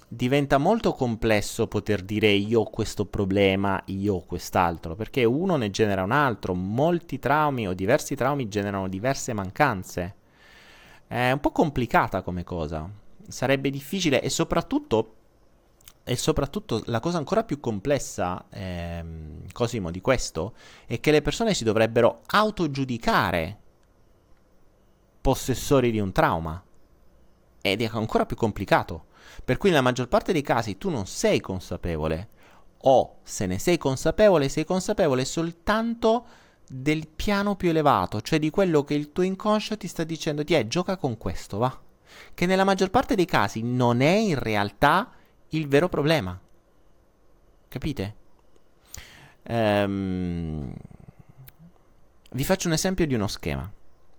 diventa molto complesso poter dire io ho questo problema, io ho quest'altro, perché uno ne genera un altro, molti traumi o diversi traumi generano diverse mancanze. È un po' complicata come cosa, sarebbe difficile e soprattutto, e soprattutto la cosa ancora più complessa, ehm, Cosimo, di questo, è che le persone si dovrebbero autogiudicare possessori di un trauma, ed è ancora più complicato. Per cui nella maggior parte dei casi tu non sei consapevole, o se ne sei consapevole, sei consapevole soltanto del piano più elevato, cioè di quello che il tuo inconscio ti sta dicendo, ti è, gioca con questo, va. Che nella maggior parte dei casi non è in realtà il vero problema. Capite? Ehm, vi faccio un esempio di uno schema.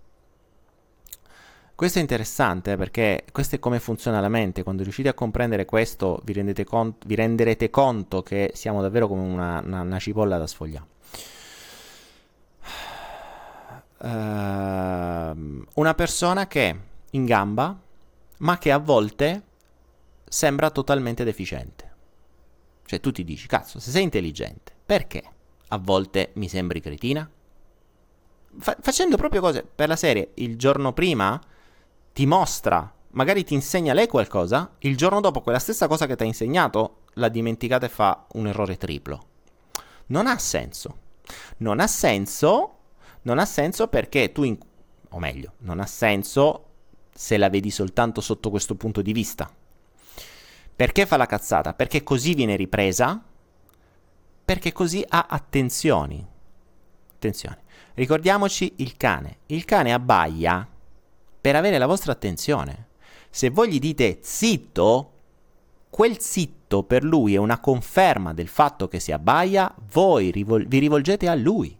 Questo è interessante, eh, perché questo è come funziona la mente. Quando riuscite a comprendere questo, vi, rendete conto, vi renderete conto che siamo davvero come una, una, una cipolla da sfogliare. Uh, una persona che è in gamba, ma che a volte sembra totalmente deficiente. Cioè tu ti dici, cazzo, se sei intelligente, perché a volte mi sembri cretina? Fa- facendo proprio cose per la serie, il giorno prima ti mostra, magari ti insegna lei qualcosa, il giorno dopo quella stessa cosa che ti ha insegnato l'ha dimenticata e fa un errore triplo. Non ha senso. Non ha senso, non ha senso perché tu, in, o meglio, non ha senso se la vedi soltanto sotto questo punto di vista. Perché fa la cazzata? Perché così viene ripresa, perché così ha attenzioni. Attenzione. Ricordiamoci il cane. Il cane abbaia per avere la vostra attenzione. Se voi gli dite zitto, quel zitto per lui è una conferma del fatto che si abbaia, voi rivol- vi rivolgete a lui.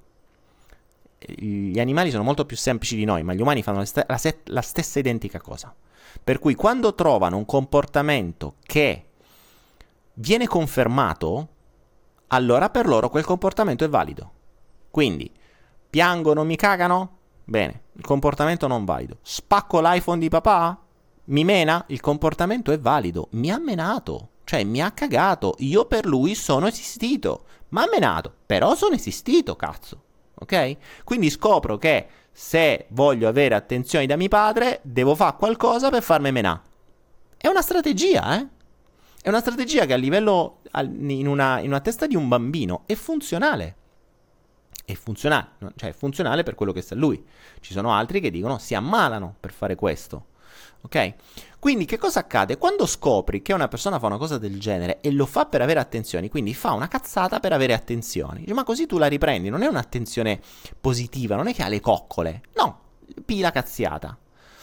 Gli animali sono molto più semplici di noi, ma gli umani fanno la, st- la, set- la stessa identica cosa. Per cui quando trovano un comportamento che viene confermato, allora per loro quel comportamento è valido. Quindi, piangono, mi cagano? Bene, il comportamento non valido. Spacco l'iPhone di papà? Mi mena? Il comportamento è valido. Mi ha menato, cioè mi ha cagato. Io per lui sono esistito. Mi ha menato, però sono esistito, cazzo. Ok? Quindi scopro che se voglio avere attenzioni da mio padre, devo fare qualcosa per farmi menà. È una strategia, eh? È una strategia che a livello, in una, in una testa di un bambino, è funzionale. È funzionale, cioè è funzionale per quello che sa lui. Ci sono altri che dicono si ammalano per fare questo. Ok? Quindi che cosa accade? Quando scopri che una persona fa una cosa del genere e lo fa per avere attenzioni, quindi fa una cazzata per avere attenzioni, dici, ma così tu la riprendi, non è un'attenzione positiva, non è che ha le coccole, no, pila cazziata.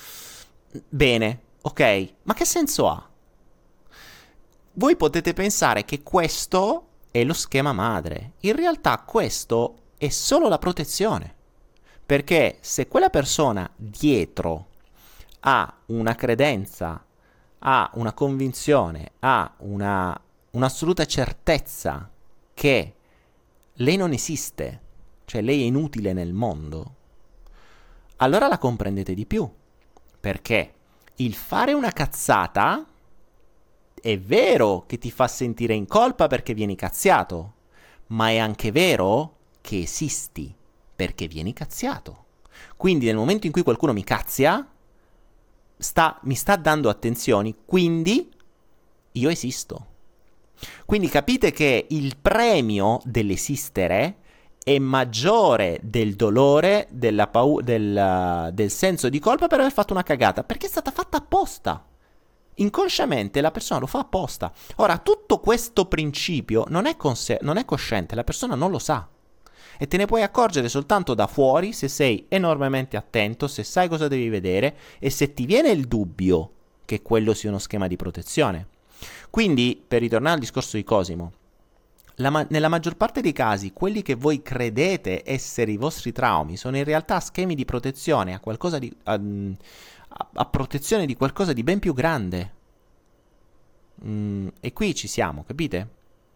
Bene, ok, ma che senso ha? Voi potete pensare che questo è lo schema madre, in realtà questo è solo la protezione, perché se quella persona dietro ha una credenza, ha una convinzione, ha una, un'assoluta certezza che lei non esiste, cioè lei è inutile nel mondo, allora la comprendete di più, perché il fare una cazzata è vero che ti fa sentire in colpa perché vieni cazziato, ma è anche vero che esisti perché vieni cazziato. Quindi nel momento in cui qualcuno mi cazzia, sta, mi sta dando attenzioni, quindi io esisto. Quindi capite che il premio dell'esistere è maggiore del dolore, della paura, del, del senso di colpa per aver fatto una cagata, perché è stata fatta apposta. Inconsciamente la persona lo fa apposta. Ora, tutto questo principio non è, conse- non è cosciente, la persona non lo sa. E te ne puoi accorgere soltanto da fuori se sei enormemente attento, se sai cosa devi vedere e se ti viene il dubbio che quello sia uno schema di protezione. Quindi, per ritornare al discorso di Cosimo, la ma- nella maggior parte dei casi, quelli che voi credete essere i vostri traumi sono in realtà schemi di protezione a qualcosa di... A, a, a protezione di qualcosa di ben più grande. Mm, e qui ci siamo, capite?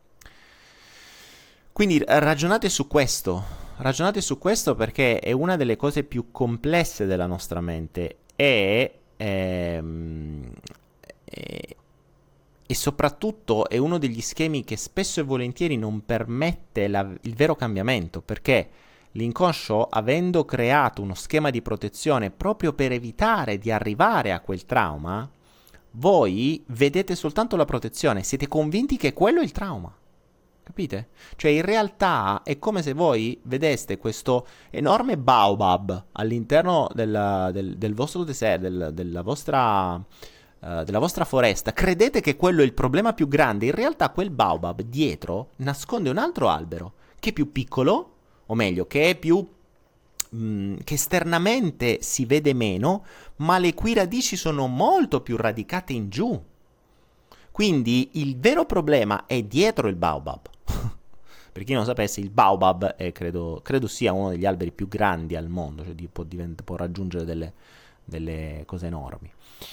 Quindi ragionate su questo, ragionate su questo perché è una delle cose più complesse della nostra mente e, ehm, e, e e soprattutto è uno degli schemi che spesso e volentieri non permette la, il vero cambiamento, perché l'inconscio, avendo creato uno schema di protezione proprio per evitare di arrivare a quel trauma, voi vedete soltanto la protezione, siete convinti che quello è il trauma. Capite? Cioè in realtà è come se voi vedeste questo enorme baobab all'interno del, del, del vostro deserto, del, della vostra... Uh, della vostra foresta, credete che quello è il problema più grande, in realtà quel baobab dietro nasconde un altro albero, che è più piccolo, o meglio, che è più... Mh, che esternamente si vede meno, ma le cui radici sono molto più radicate in giù. Quindi il vero problema è dietro il baobab. Per chi non sapesse, il baobab è, credo, credo sia uno degli alberi più grandi al mondo, cioè può, divent- può raggiungere delle, delle cose enormi.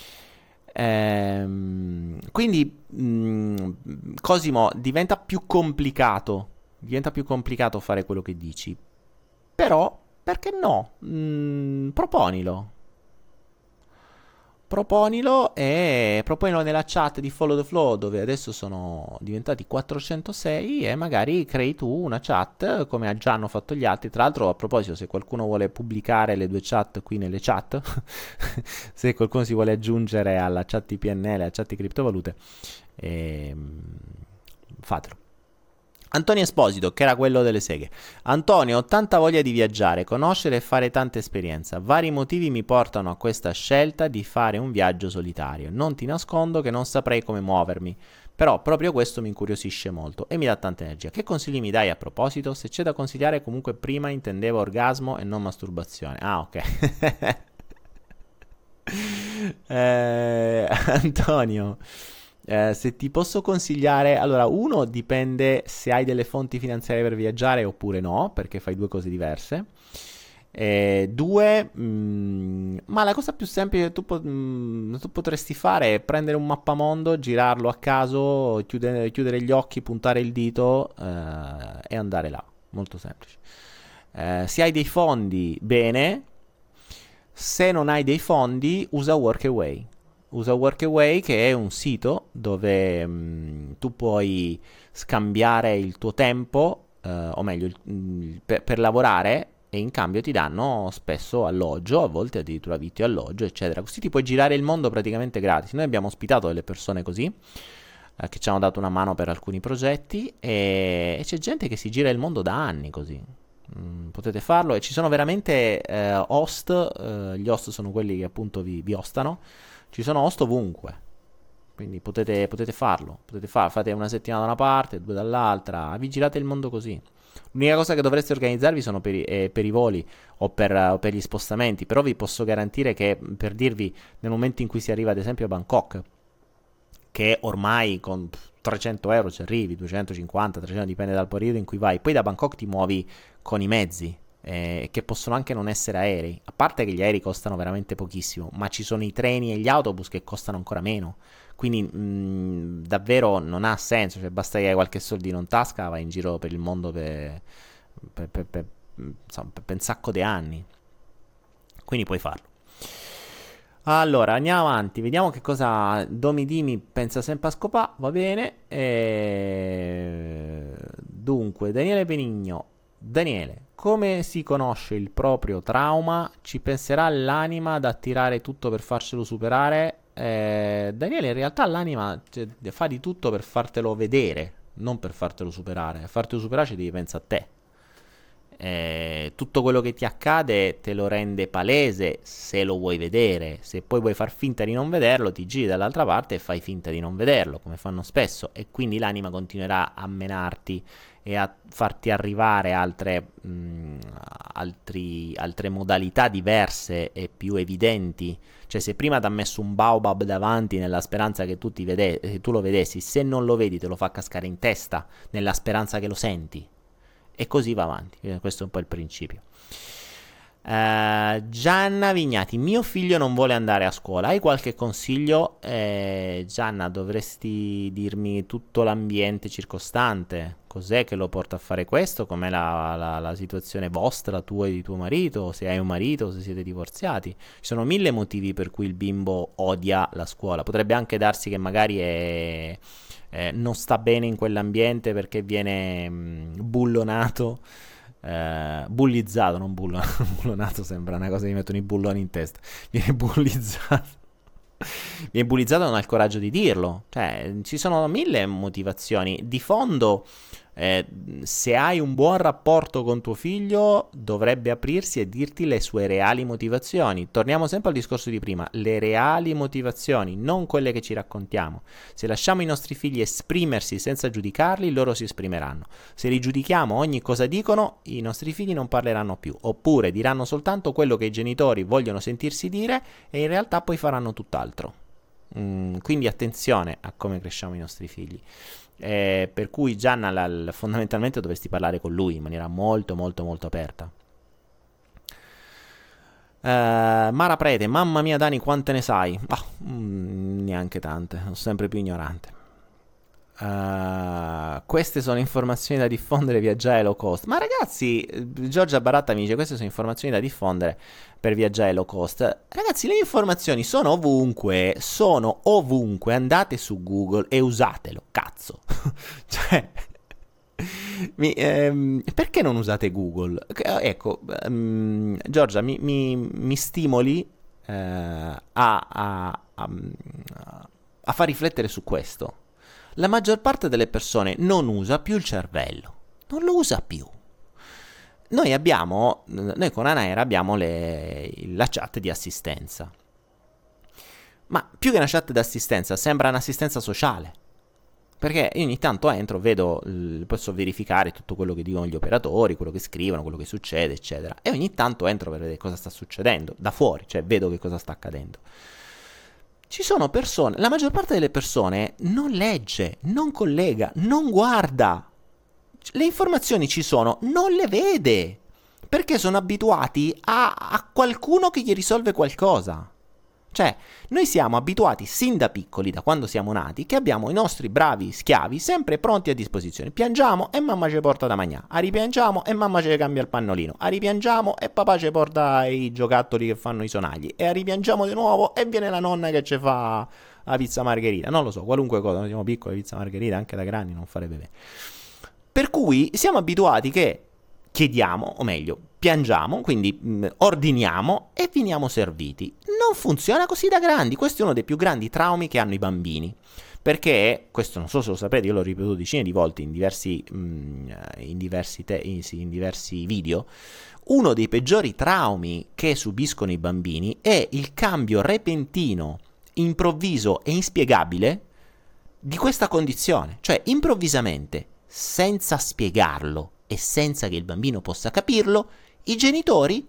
Ehm, quindi mh, Cosimo, diventa più complicato diventa più complicato fare quello che dici, però perché no? Mh, proponilo proponilo e proponilo nella chat di Follow the Flow, dove adesso sono diventati quattrocentosei, e magari crei tu una chat come ha già hanno fatto gli altri. Tra l'altro, a proposito, se qualcuno vuole pubblicare le due chat qui nelle chat se qualcuno si vuole aggiungere alla chat di P N L, alla chat di criptovalute, ehm, fatelo. Antonio Esposito, che era quello delle seghe. Antonio, ho tanta voglia di viaggiare, conoscere e fare tanta esperienza. Vari motivi mi portano a questa scelta di fare un viaggio solitario. Non ti nascondo che non saprei come muovermi, però proprio questo mi incuriosisce molto e mi dà tanta energia. Che consigli mi dai a proposito? Se c'è da consigliare, comunque prima intendevo orgasmo e non masturbazione. Ah, ok. eh, Antonio... Eh, se ti posso consigliare, allora, uno, dipende se hai delle fonti finanziarie per viaggiare oppure no, perché fai due cose diverse. Eh, due, mh, ma la cosa più semplice che tu, po- mh, tu potresti fare è prendere un mappamondo, girarlo a caso, chiudere, chiudere gli occhi, puntare il dito eh, e andare là. Molto semplice. Eh, se hai dei fondi, bene. Se non hai dei fondi, usa Workaway. Usa Workaway, che è un sito dove mh, tu puoi scambiare il tuo tempo, eh, o meglio, il, il, per, per lavorare, e in cambio ti danno spesso alloggio, a volte addirittura vitto e alloggio, eccetera. Così ti puoi girare il mondo praticamente gratis. Noi abbiamo ospitato delle persone così, eh, che ci hanno dato una mano per alcuni progetti, e, e c'è gente che si gira il mondo da anni così. Mm, potete farlo, e ci sono veramente eh, host, eh, gli host sono quelli che appunto vi, vi ostano. Ci sono host ovunque, quindi potete, potete farlo, potete far, fate una settimana da una parte, due dall'altra, vi girate il mondo così. L'unica cosa che dovreste organizzarvi sono per i, eh, per i voli o per, uh, o per gli spostamenti, però vi posso garantire che, per dirvi, nel momento in cui si arriva ad esempio a Bangkok, che ormai con trecento euro ci arrivi, duecentocinquanta, trecento, dipende dal periodo in cui vai, poi da Bangkok ti muovi con i mezzi, Eh, che possono anche non essere aerei, a parte che gli aerei costano veramente pochissimo, ma ci sono i treni e gli autobus che costano ancora meno, quindi mh, davvero non ha senso, cioè basta che hai qualche soldino in tasca, vai in giro per il mondo per, per, per, per, insomma, per, per un sacco di anni, quindi puoi farlo. Allora, andiamo avanti, vediamo che cosa Domi Dimi pensa sempre a scopà, va bene. E... Dunque, Daniele Benigno. Daniele, come si conosce il proprio trauma? Ci penserà l'anima ad attirare tutto per farcelo superare? Eh, Daniele, in realtà l'anima, cioè, fa di tutto per fartelo vedere, non per fartelo superare. A fartelo superare ci devi pensare a te. Eh, tutto quello che ti accade te lo rende palese se lo vuoi vedere. Se poi vuoi far finta di non vederlo, ti giri dall'altra parte e fai finta di non vederlo, come fanno spesso, e quindi l'anima continuerà a menarti e a farti arrivare altre, mh, altri, altre modalità diverse e più evidenti. Cioè, se prima ti ha messo un baobab davanti nella speranza che tu, ti vede- che tu lo vedessi, se non lo vedi te lo fa cascare in testa nella speranza che lo senti. E così va avanti. Questo è un po' il principio. Uh, Gianna Vignati, mio figlio non vuole andare a scuola, hai qualche consiglio? Eh, Gianna, dovresti dirmi tutto l'ambiente circostante, cos'è che lo porta a fare questo, com'è la, la, la situazione vostra, tua e di tuo marito, se hai un marito, se siete divorziati. Ci sono mille motivi per cui il bimbo odia la scuola, potrebbe anche darsi che magari è, eh, non sta bene in quell'ambiente perché viene mh, bullonato. Uh, bullizzato, non bullonato. Bullonato sembra una cosa che mettono i bulloni in testa. Viene bullizzato. Viene bullizzato, non ha il coraggio di dirlo. Cioè, ci sono mille motivazioni. Di fondo, eh, se hai un buon rapporto con tuo figlio, dovrebbe aprirsi e dirti le sue reali motivazioni. Torniamo sempre al discorso di prima. Le reali motivazioni, non quelle che ci raccontiamo. Se lasciamo i nostri figli esprimersi senza giudicarli, loro si esprimeranno. Se li giudichiamo ogni cosa dicono, i nostri figli non parleranno più. Oppure diranno soltanto quello che i genitori vogliono sentirsi dire e in realtà poi faranno tutt'altro. Mm, quindi attenzione a come cresciamo i nostri figli. Eh, per cui Gianna la, la, fondamentalmente dovresti parlare con lui in maniera molto molto molto aperta. Uh, Mara Prete, mamma mia Dani, quante ne sai? Oh, mm, neanche tante, sono sempre più ignorante. Uh, queste sono informazioni da diffondere viaggiare low cost. Ma ragazzi, Giorgia Baratta mi dice queste sono informazioni da diffondere per viaggiare low cost. Ragazzi, le informazioni sono ovunque, sono ovunque. Andate su Google e usatelo, cazzo. Cioè, mi, ehm, perché non usate Google? Ecco, um, Giorgia, mi, mi, mi stimoli uh, a, a, a, a far riflettere su questo. La maggior parte delle persone non usa più il cervello, non lo usa più. Noi abbiamo, noi con Anaera abbiamo le, la chat di assistenza, ma più che una chat di assistenza sembra un'assistenza sociale, perché io ogni tanto entro, vedo, posso verificare tutto quello che dicono gli operatori, quello che scrivono, quello che succede, eccetera, e ogni tanto entro per vedere cosa sta succedendo da fuori, cioè vedo che cosa sta accadendo. Ci sono persone, la maggior parte delle persone non legge, non collega, non guarda. Le informazioni ci sono, non le vede. Perché sono abituati a, a qualcuno che gli risolve qualcosa. Cioè, noi siamo abituati sin da piccoli, da quando siamo nati, che abbiamo i nostri bravi schiavi sempre pronti a disposizione. Piangiamo e mamma ci porta da mangiare. A ripiangiamo e mamma ci cambia il pannolino. A ripiangiamo e papà ci porta i giocattoli che fanno i sonagli. E a ripiangiamo di nuovo e viene la nonna che ci fa la pizza margherita. Non lo so, qualunque cosa. Noi siamo piccoli, pizza margherita, anche da grandi non farebbe bene. Per cui siamo abituati che chiediamo, o meglio, piangiamo, quindi mh, ordiniamo e veniamo serviti. Non funziona così da grandi. Questo è uno dei più grandi traumi che hanno i bambini. Perché, questo non so se lo sapete, io l'ho ripetuto decine di volte in diversi, mh, in diversi, te- in, sì, in diversi video. Uno dei peggiori traumi che subiscono i bambini è il cambio repentino, improvviso e inspiegabile di questa condizione. Cioè, improvvisamente, senza spiegarlo e senza che il bambino possa capirlo, i genitori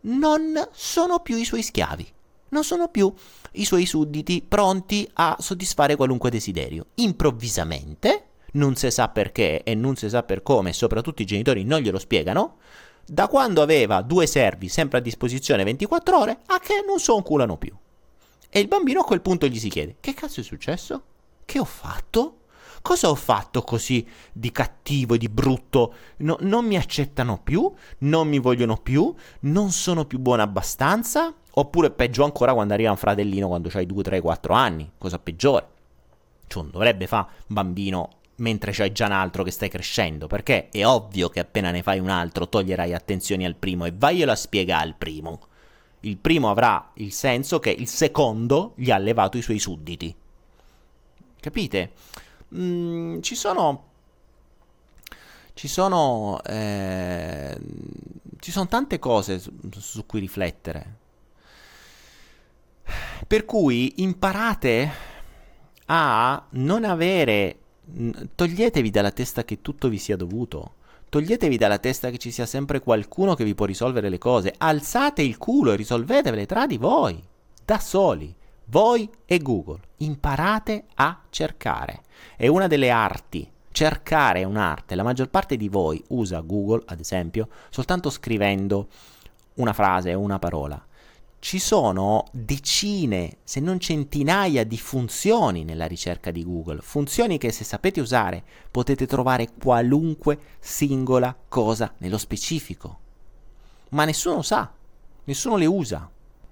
non sono più i suoi schiavi, non sono più i suoi sudditi pronti a soddisfare qualunque desiderio. Improvvisamente, non si sa perché e non si sa per come, e soprattutto i genitori non glielo spiegano, da quando aveva due servi sempre a disposizione ventiquattro ore, a che non so un culano più. E il bambino a quel punto gli si chiede: che cazzo è successo? Che ho fatto? Cosa ho fatto così di cattivo e di brutto? No, non mi accettano più? Non mi vogliono più? Non sono più buono abbastanza? Oppure peggio ancora quando arriva un fratellino quando c'hai due, tre, quattro anni. Cosa peggiore? Cioè non dovrebbe fare un bambino mentre c'hai già un altro che stai crescendo, perché è ovvio che appena ne fai un altro toglierai attenzioni al primo e vaglielo a spiegare al primo. Il primo avrà il senso che il secondo gli ha levato i suoi sudditi. Capite? Mm, ci sono ci sono eh, ci sono tante cose su, su cui riflettere, per cui imparate a non avere, toglietevi dalla testa che tutto vi sia dovuto, toglietevi dalla testa che ci sia sempre qualcuno che vi può risolvere le cose. Alzate il culo e risolvetevele tra di voi, da soli, voi e Google. Imparate a cercare. È una delle arti. Cercare è un'arte. La maggior parte di voi usa Google, ad esempio, soltanto scrivendo una frase o una parola. Ci sono decine, se non centinaia di funzioni nella ricerca di Google, funzioni che se sapete usare potete trovare qualunque singola cosa nello specifico, ma nessuno sa, nessuno le usa.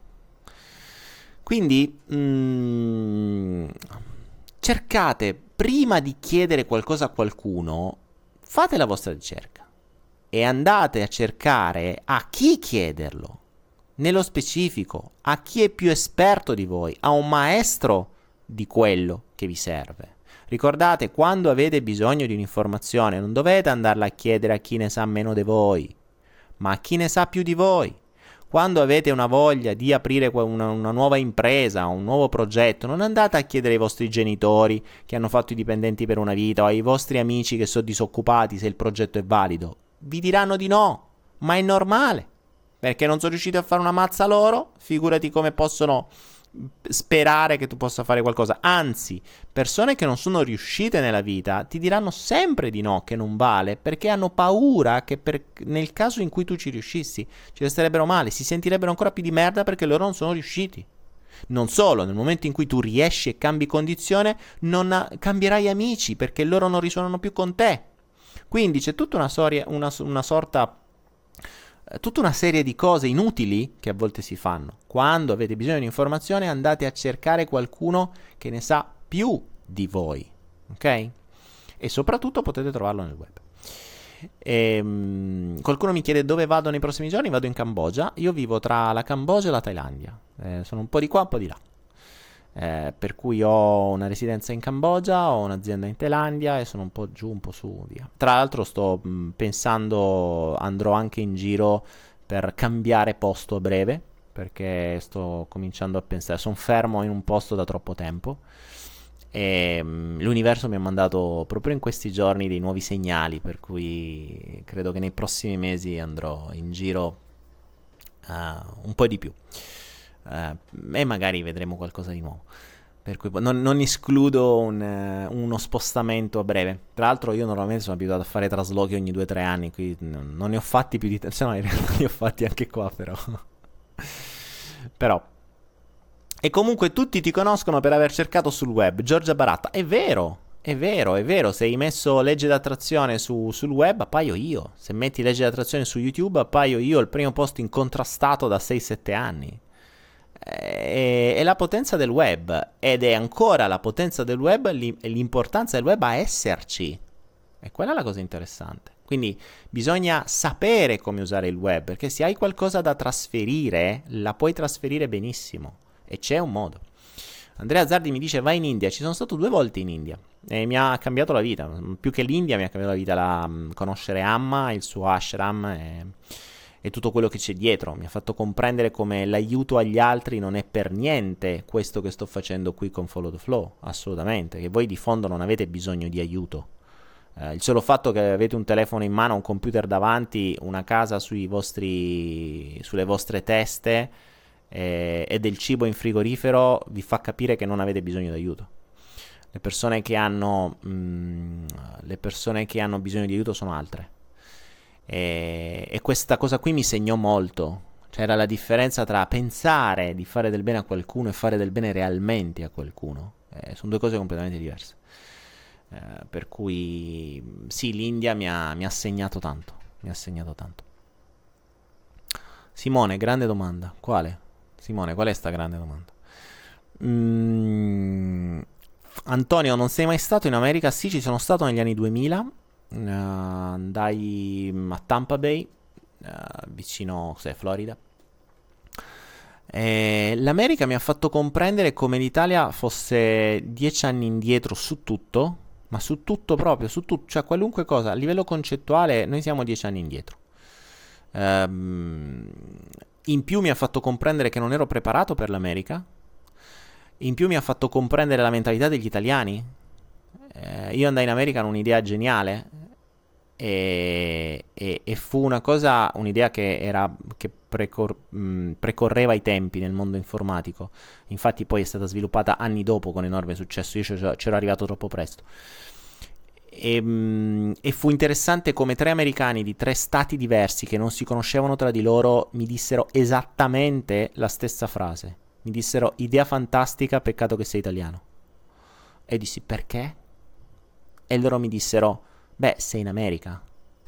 Quindi mm, cercate, prima di chiedere qualcosa a qualcuno, fate la vostra ricerca e andate a cercare a chi chiederlo. Nello specifico, a chi è più esperto di voi, a un maestro di quello che vi serve. Ricordate, quando avete bisogno di un'informazione, non dovete andarla a chiedere a chi ne sa meno di voi, ma a chi ne sa più di voi. Quando avete una voglia di aprire una, una nuova impresa, un nuovo progetto, non andate a chiedere ai vostri genitori che hanno fatto i dipendenti per una vita o ai vostri amici che sono disoccupati se il progetto è valido. Vi diranno di no, ma è normale. Perché non sono riusciti a fare una mazza loro, figurati come possono sperare che tu possa fare qualcosa. Anzi, persone che non sono riuscite nella vita ti diranno sempre di no, che non vale, perché hanno paura che per, nel caso in cui tu ci riuscissi, ci resterebbero male, si sentirebbero ancora più di merda perché loro non sono riusciti. Non solo, nel momento in cui tu riesci e cambi condizione, non ha, cambierai amici perché loro non risuonano più con te. Quindi c'è tutta una, storia, una, una sorta... tutta una serie di cose inutili che a volte si fanno. Quando avete bisogno di informazione andate a cercare qualcuno che ne sa più di voi, ok? E soprattutto potete trovarlo nel web. E, um, qualcuno mi chiede dove vado nei prossimi giorni. Vado in Cambogia. Io vivo tra la Cambogia e la Thailandia, eh, sono un po' di qua, un po' di là. Eh, per cui ho una residenza in Cambogia, ho un'azienda in Thailandia e sono un po' giù, un po' su, via. Tra l'altro sto mh, pensando, andrò anche in giro per cambiare posto a breve, perché sto cominciando a pensare, sono fermo in un posto da troppo tempo e mh, l'universo mi ha mandato proprio in questi giorni dei nuovi segnali, per cui credo che nei prossimi mesi andrò in giro uh, un po' di più. Uh, e magari vedremo qualcosa di nuovo, per cui non, non escludo un, uh, uno spostamento a breve. Tra l'altro io normalmente sono abituato a fare traslochi ogni due o tre anni, qui non, non ne ho fatti più di te, se no in realtà ne ho fatti anche qua, però però e comunque tutti ti conoscono per aver cercato sul web Giorgia Baratta. È vero, è vero, è vero. Se hai messo legge d'attrazione su, sul web appaio io, se metti legge d'attrazione su YouTube appaio io, il primo posto incontrastato da sei sette anni. È, è la potenza del web, ed è ancora la potenza del web, l'importanza del web a esserci, e quella è la cosa interessante. Quindi bisogna sapere come usare il web, perché se hai qualcosa da trasferire la puoi trasferire benissimo e c'è un modo. Andrea Zardi mi dice vai in India. Ci sono stato due volte in India e mi ha cambiato la vita, più che l'India mi ha cambiato la vita la, conoscere Amma, il suo ashram e e tutto quello che c'è dietro. Mi ha fatto comprendere come l'aiuto agli altri non è per niente questo che sto facendo qui con Follow the Flow, assolutamente, che voi di fondo non avete bisogno di aiuto. Eh, il solo fatto che avete un telefono in mano, un computer davanti, una casa sui vostri, sulle vostre teste eh, e del cibo in frigorifero vi fa capire che non avete bisogno di aiuto. Le persone che hanno, mh, le persone che hanno bisogno di aiuto sono altre. E, e questa cosa qui mi segnò molto. C'era la differenza tra pensare di fare del bene a qualcuno e fare del bene realmente a qualcuno. Eh, sono due cose completamente diverse. Eh, per cui sì, l'India mi ha, mi ha segnato tanto. Mi ha segnato tanto. Simone, grande domanda. Quale? Simone, qual è sta grande domanda? Mm, Antonio, non sei mai stato in America? Sì, ci sono stato negli anni duemila. Uh, andai a Tampa Bay, uh, vicino, cos'è, Florida. E l'America mi ha fatto comprendere come l'Italia fosse dieci anni indietro su tutto, ma su tutto proprio, su tutto, cioè qualunque cosa, a livello concettuale noi siamo dieci anni indietro. Um, in più mi ha fatto comprendere che non ero preparato per l'America, in più mi ha fatto comprendere la mentalità degli italiani. Eh, io andai in America con un'idea geniale e, e, e fu una cosa, un'idea che era che precor, mh, precorreva i tempi nel mondo informatico. Infatti poi è stata sviluppata anni dopo con enorme successo. Io c'ero arrivato troppo presto. E, mm, e fu interessante come tre americani di tre stati diversi che non si conoscevano tra di loro mi dissero esattamente la stessa frase. Mi dissero: idea fantastica, peccato che sei italiano. E dissi: perché? E loro mi dissero: beh, sei in America.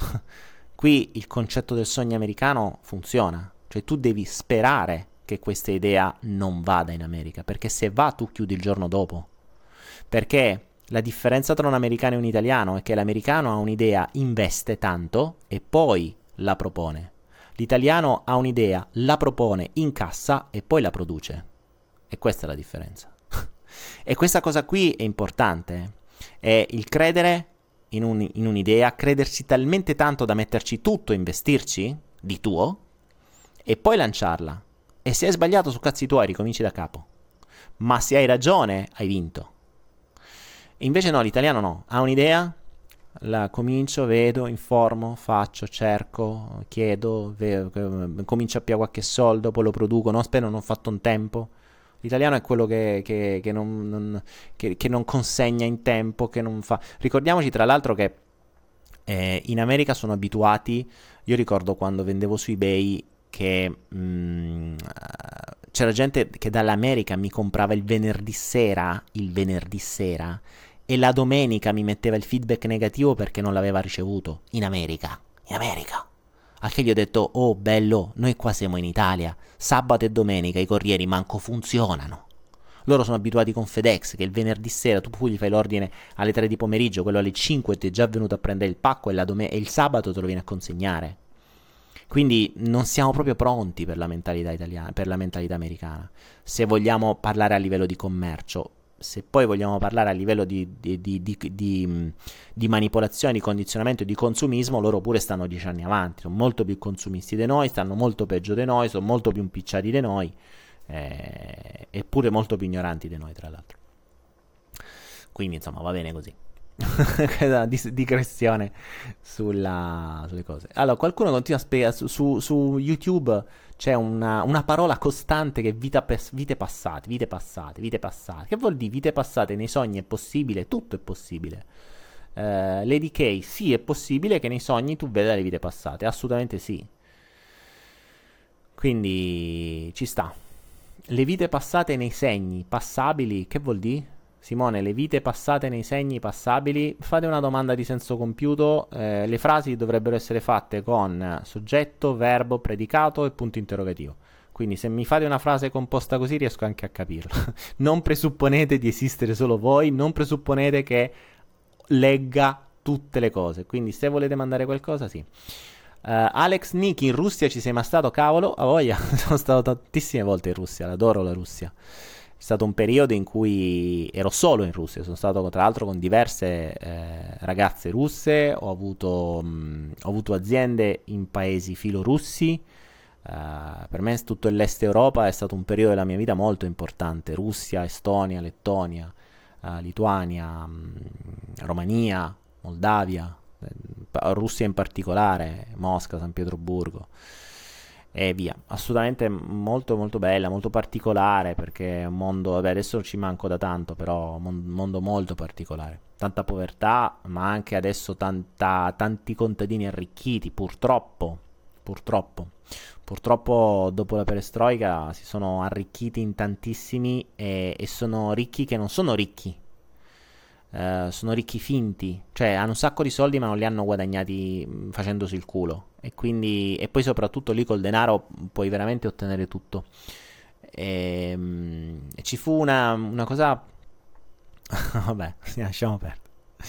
Qui il concetto del sogno americano funziona. Cioè tu devi sperare che questa idea non vada in America, perché se va tu chiudi il giorno dopo. Perché la differenza tra un americano e un italiano è che l'americano ha un'idea, investe tanto e poi la propone. L'italiano ha un'idea, la propone, incassa e poi la produce. E questa è la differenza. E questa cosa qui è importante. È il credere in, un, in un'idea, credersi talmente tanto da metterci tutto, investirci di tuo e poi lanciarla. E se hai sbagliato su cazzi tuoi ricominci da capo. Ma se hai ragione hai vinto. Invece no, l'italiano no, ha un'idea, la comincio, vedo, informo, faccio, cerco, chiedo, vedo, comincio a pigliare qualche soldo, poi lo produco, no, spero non ho fatto un tempo. L'italiano è quello che, che, che, non, non, che, che non consegna in tempo, che non fa... Ricordiamoci tra l'altro che eh, in America sono abituati, io ricordo quando vendevo su eBay che mh, c'era gente che dall'America mi comprava il venerdì sera, il venerdì sera, e la domenica mi metteva il feedback negativo perché non l'aveva ricevuto. In America, in America. Al che gli ho detto: oh bello, noi qua siamo in Italia, sabato e domenica i corrieri manco funzionano. Loro sono abituati con FedEx che il venerdì sera tu poi gli fai l'ordine alle tre di pomeriggio, quello alle cinque ti è già venuto a prendere il pacco e, la dom- e il sabato te lo viene a consegnare. Quindi non siamo proprio pronti per la mentalità italiana, per la mentalità americana. Se vogliamo parlare a livello di commercio, se poi vogliamo parlare a livello di, di, di, di, di, di manipolazione, di condizionamento e di consumismo, loro pure stanno dieci anni avanti, sono molto più consumisti di noi, stanno molto peggio di noi, sono molto più impicciati di noi, eh, eppure molto più ignoranti di noi, tra l'altro. Quindi insomma va bene così. Questa dis- digressione sulla, sulle cose. Allora, qualcuno continua a spiegare su, su, su YouTube c'è una, una parola costante che è vita pes- vite passate, vite passate, vite passate. Che vuol dire vite passate? Nei sogni è possibile, tutto è possibile. Uh, Lady K, sì, è possibile che nei sogni tu veda le vite passate, assolutamente sì. Quindi ci sta. Le vite passate nei segni passabili, che vuol dire? Simone, le vite passate nei segni passabili. Fate una domanda di senso compiuto. Eh, le frasi dovrebbero essere fatte con soggetto, verbo, predicato e punto interrogativo. Quindi se mi fate una frase composta così riesco anche a capirla. Non presupponete di esistere solo voi, non presupponete che legga tutte le cose. Quindi se volete mandare qualcosa, sì. Uh, Alex Nick, in Russia ci sei mai stato? Cavolo, a voglia. Sono stato tantissime volte in Russia, adoro la Russia. È stato un periodo in cui ero solo in Russia, sono stato tra l'altro con diverse eh, ragazze russe, ho avuto, mh, ho avuto aziende in paesi filorussi, uh, per me tutto l'est Europa è stato un periodo della mia vita molto importante, Russia, Estonia, Lettonia, uh, Lituania, mh, Romania, Moldavia, eh, Russia in particolare, Mosca, San Pietroburgo. E via, assolutamente molto molto bella, molto particolare, perché è un mondo, vabbè adesso ci manco da tanto, però un mondo molto particolare, tanta povertà, ma anche adesso tanta, tanti contadini arricchiti, purtroppo, purtroppo, purtroppo dopo la perestroica si sono arricchiti in tantissimi e, e sono ricchi che non sono ricchi. Uh, sono ricchi finti, cioè hanno un sacco di soldi ma non li hanno guadagnati mh, facendosi il culo, e quindi e poi soprattutto lì col denaro puoi veramente ottenere tutto. E, mh, e ci fu una, una cosa vabbè, lasciamo perdere.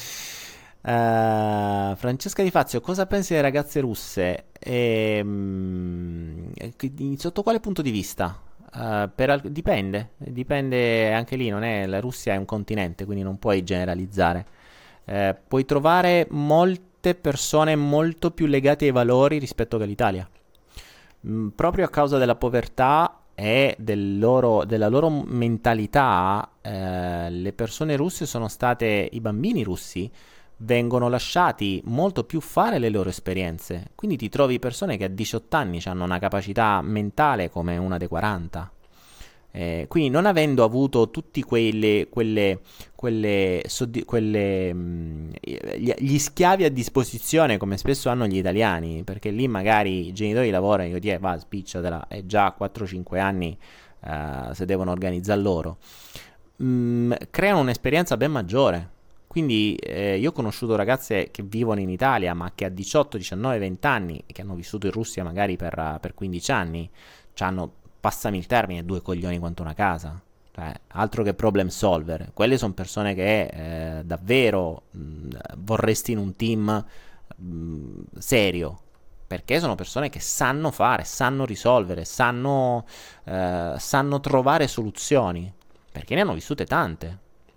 Uh, Francesca Di Fazio, cosa pensi delle ragazze russe? E, mh, sotto quale punto di vista? Uh, per al- dipende, dipende anche lì, non è, la Russia è un continente, quindi non puoi generalizzare. Uh, puoi trovare molte persone molto più legate ai valori rispetto che all'Italia, mm, proprio a causa della povertà e del loro, della loro mentalità. Uh, le persone russe sono state, i bambini russi vengono lasciati molto più fare le loro esperienze, quindi ti trovi persone che a diciotto anni hanno una capacità mentale come una dei quaranta, Eh, quindi non avendo avuto tutti quelle, quelle, quelle, soddi- quelle mh, gli, gli schiavi a disposizione come spesso hanno gli italiani, perché lì magari i genitori lavorano e io ti va, spicciatela, è già quattro cinque anni eh, se devono organizzare loro, mh, creano un'esperienza ben maggiore. Quindi eh, io ho conosciuto ragazze che vivono in Italia ma che a diciotto, diciannove, venti anni, che hanno vissuto in Russia magari per, per quindici anni, hanno, passami il termine, due coglioni quanto una casa. Cioè, altro che problem solver. Quelle sono persone che eh, davvero mh, vorresti in un team mh, serio. Perché sono persone che sanno fare, sanno risolvere, sanno, eh, sanno trovare soluzioni. Perché ne hanno vissute tante.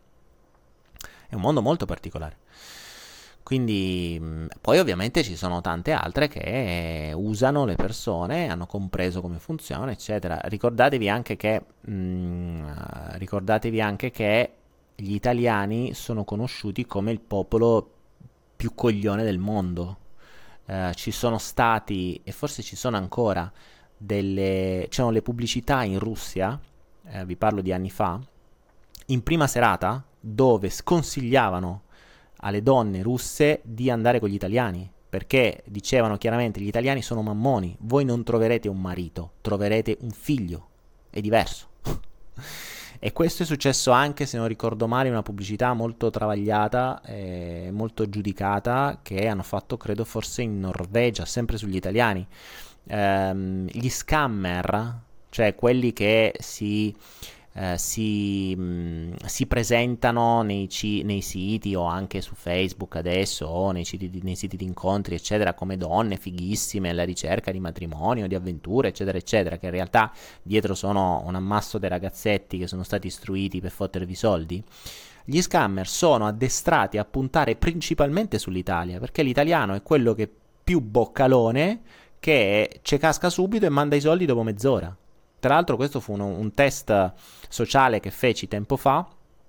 È un mondo molto particolare. Quindi, mh, poi ovviamente ci sono tante altre che usano le persone, hanno compreso come funziona, eccetera. Ricordatevi anche che, mh, ricordatevi anche che gli italiani sono conosciuti come il popolo più coglione del mondo. Eh, ci sono stati, e forse ci sono ancora, delle, c'erano le pubblicità in Russia, eh, vi parlo di anni fa, in prima serata, dove sconsigliavano alle donne russe di andare con gli italiani, perché dicevano chiaramente gli italiani sono mammoni, voi non troverete un marito, troverete un figlio, è diverso. E questo è successo anche, se non ricordo male, in una pubblicità molto travagliata e molto giudicata che hanno fatto, credo, forse in Norvegia, sempre sugli italiani. Ehm, gli scammer, cioè quelli che si eh, si, mh, si presentano nei, ci- nei siti o anche su Facebook adesso o nei siti, di, nei siti di incontri eccetera come donne fighissime alla ricerca di matrimonio, di avventure eccetera eccetera, che in realtà dietro sono un ammasso di ragazzetti che sono stati istruiti per fottervi soldi. Gli scammer sono addestrati a puntare principalmente sull'Italia, perché l'italiano è quello che più boccalone, che ci casca subito e manda i soldi dopo mezz'ora. Tra l'altro questo fu uno- un test sociale che feci tempo fa,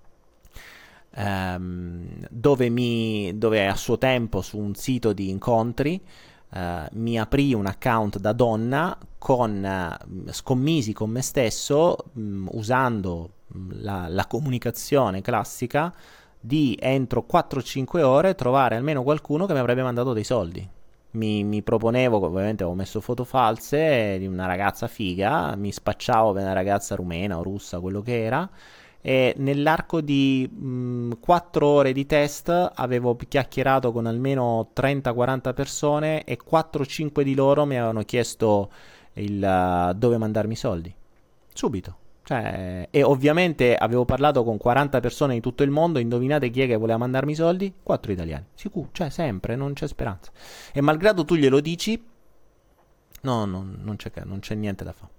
ehm, dove, mi, dove a suo tempo su un sito di incontri eh, mi aprì un account da donna con eh, scommisi con me stesso mh, usando mh, la, la comunicazione classica di entro quattro cinque ore trovare almeno qualcuno che mi avrebbe mandato dei soldi. Mi, mi proponevo, ovviamente avevo messo foto false di una ragazza figa, mi spacciavo per una ragazza rumena o russa, quello che era, e nell'arco di mh, quattro ore di test avevo chiacchierato con almeno trenta quaranta persone e quattro cinque di loro mi avevano chiesto il, uh, dove mandarmi i soldi. Subito. Cioè, e ovviamente avevo parlato con quaranta persone di tutto il mondo, indovinate chi è che voleva mandarmi i soldi? Quattro italiani. Sicuro, cioè sempre, non c'è speranza. E malgrado tu glielo dici, no, no non, c'è, non c'è niente da fare.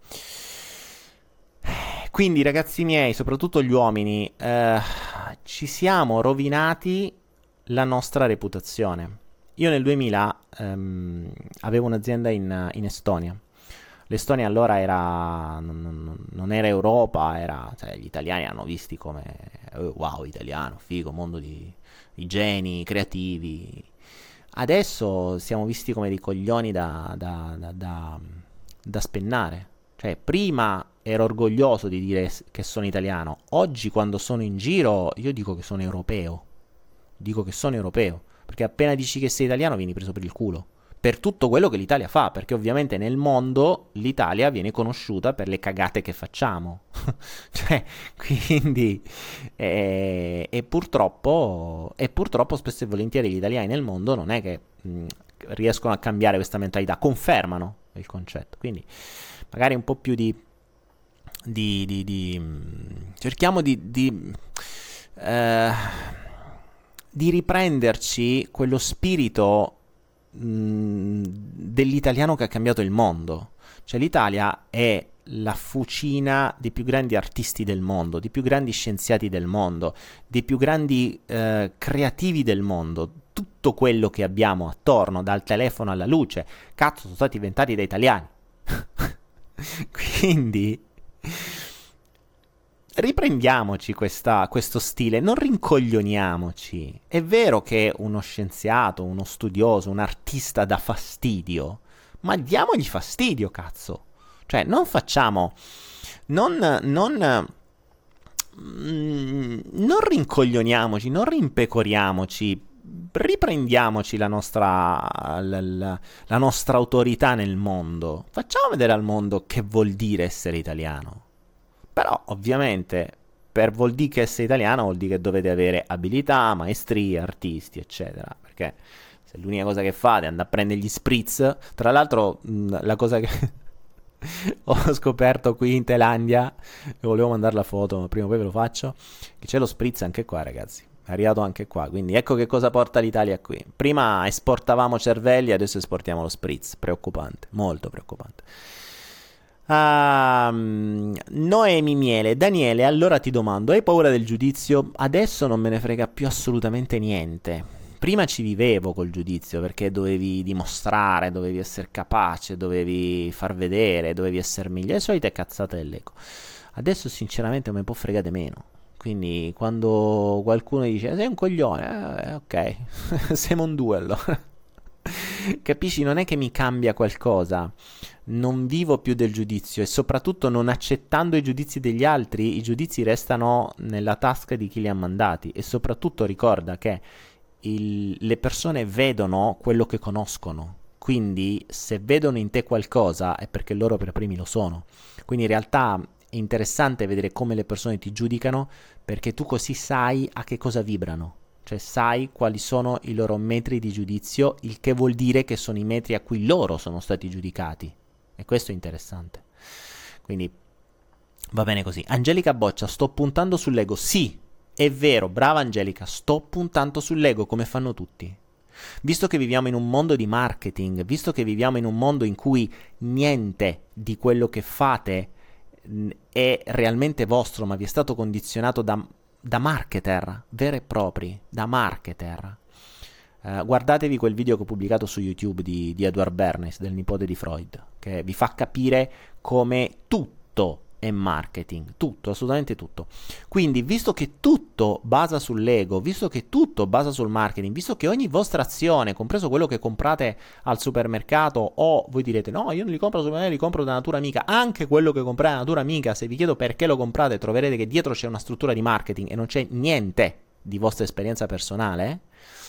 Quindi ragazzi miei, soprattutto gli uomini, eh, ci siamo rovinati la nostra reputazione. Io nel duemila ehm, avevo un'azienda in, in Estonia. L'Estonia allora era, non, non- non era Europa, era, cioè, gli italiani erano visti come eh, wow, italiano, figo, mondo di, di geni creativi. Adesso siamo visti come dei coglioni da, da, da, da- da spennare. Cioè, prima ero orgoglioso di dire s- che sono italiano, oggi quando sono in giro io dico che sono europeo. Dico che sono europeo, perché appena dici che sei italiano vieni preso per il culo. Per tutto quello che l'Italia fa, perché ovviamente nel mondo l'Italia viene conosciuta per le cagate che facciamo. Cioè, quindi, e, e purtroppo, e purtroppo spesso e volentieri gli italiani nel mondo non è che mh, riescono a cambiare questa mentalità, confermano il concetto. Quindi magari un po' più di, di, di, di mh, cerchiamo di, di eh, di riprenderci quello spirito mh, dell'italiano che ha cambiato il mondo. Cioè l'Italia è la fucina dei più grandi artisti del mondo, dei più grandi scienziati del mondo, dei più grandi eh, creativi del mondo. Tutto quello che abbiamo attorno, dal telefono alla luce, cazzo, sono stati inventati da italiani. Quindi riprendiamoci questa- questo stile, non rincoglioniamoci. È vero che uno scienziato, uno studioso, un artista dà fastidio, ma diamogli fastidio, cazzo. Cioè, non facciamo non, non, mm, non rincoglioniamoci, non rimpecoriamoci, riprendiamoci la nostra, la, la- la nostra autorità nel mondo. Facciamo vedere al mondo che vuol dire essere italiano. Però, ovviamente, per vuol dire che essere italiano vuol dire che dovete avere abilità, maestrie, artisti, eccetera. Perché se l'unica cosa che fate è andare a prendere gli spritz, tra l'altro, mh, la cosa che ho scoperto qui in Thailandia, e volevo mandare la foto, ma prima o poi ve lo faccio, che c'è lo spritz anche qua, ragazzi. È arrivato anche qua, quindi ecco che cosa porta l'Italia qui. Prima esportavamo cervelli, adesso esportiamo lo spritz. Preoccupante, molto preoccupante. Ah, Noemi Miele, Daniele, allora ti domando, hai paura del giudizio? Adesso non me ne frega più assolutamente niente. Prima ci vivevo col giudizio perché dovevi dimostrare, dovevi essere capace, dovevi far vedere, dovevi essere migliore, le solite cazzate dell'ego. Adesso sinceramente non me può fregare meno. Quindi quando qualcuno dice sei un coglione, eh, ok, siamo un due allora. Capisci? Non è che mi cambia qualcosa, non vivo più del giudizio e soprattutto non accettando i giudizi degli altri, i giudizi restano nella tasca di chi li ha mandati e soprattutto ricorda che il- le persone vedono quello che conoscono, quindi se vedono in te qualcosa è perché loro per primi lo sono. Quindi in realtà è interessante vedere come le persone ti giudicano perché tu così sai a che cosa vibrano. Cioè sai quali sono i loro metri di giudizio, il che vuol dire che sono i metri a cui loro sono stati giudicati. E questo è interessante. Quindi va bene così. Angelica Boccia, sto puntando sull'ego. Sì, è vero, brava Angelica, sto puntando sull'ego come fanno tutti. Visto che viviamo in un mondo di marketing, visto che viviamo in un mondo in cui niente di quello che fate mh, è realmente vostro, ma vi è stato condizionato da, da marketer veri e propri, da marketer. Eh, guardatevi quel video che ho pubblicato su YouTube di, di Edward Bernays, del nipote di Freud, che vi fa capire come tutto è marketing, tutto, assolutamente tutto. Quindi, visto che tutto basa sull'ego, visto che tutto basa sul marketing, visto che ogni vostra azione, compreso quello che comprate al supermercato, o voi direte no, io non li compro al supermercato, li compro da natura amica, anche quello che comprate da natura amica, se vi chiedo perché lo comprate, troverete che dietro c'è una struttura di marketing e non c'è niente di vostra esperienza personale.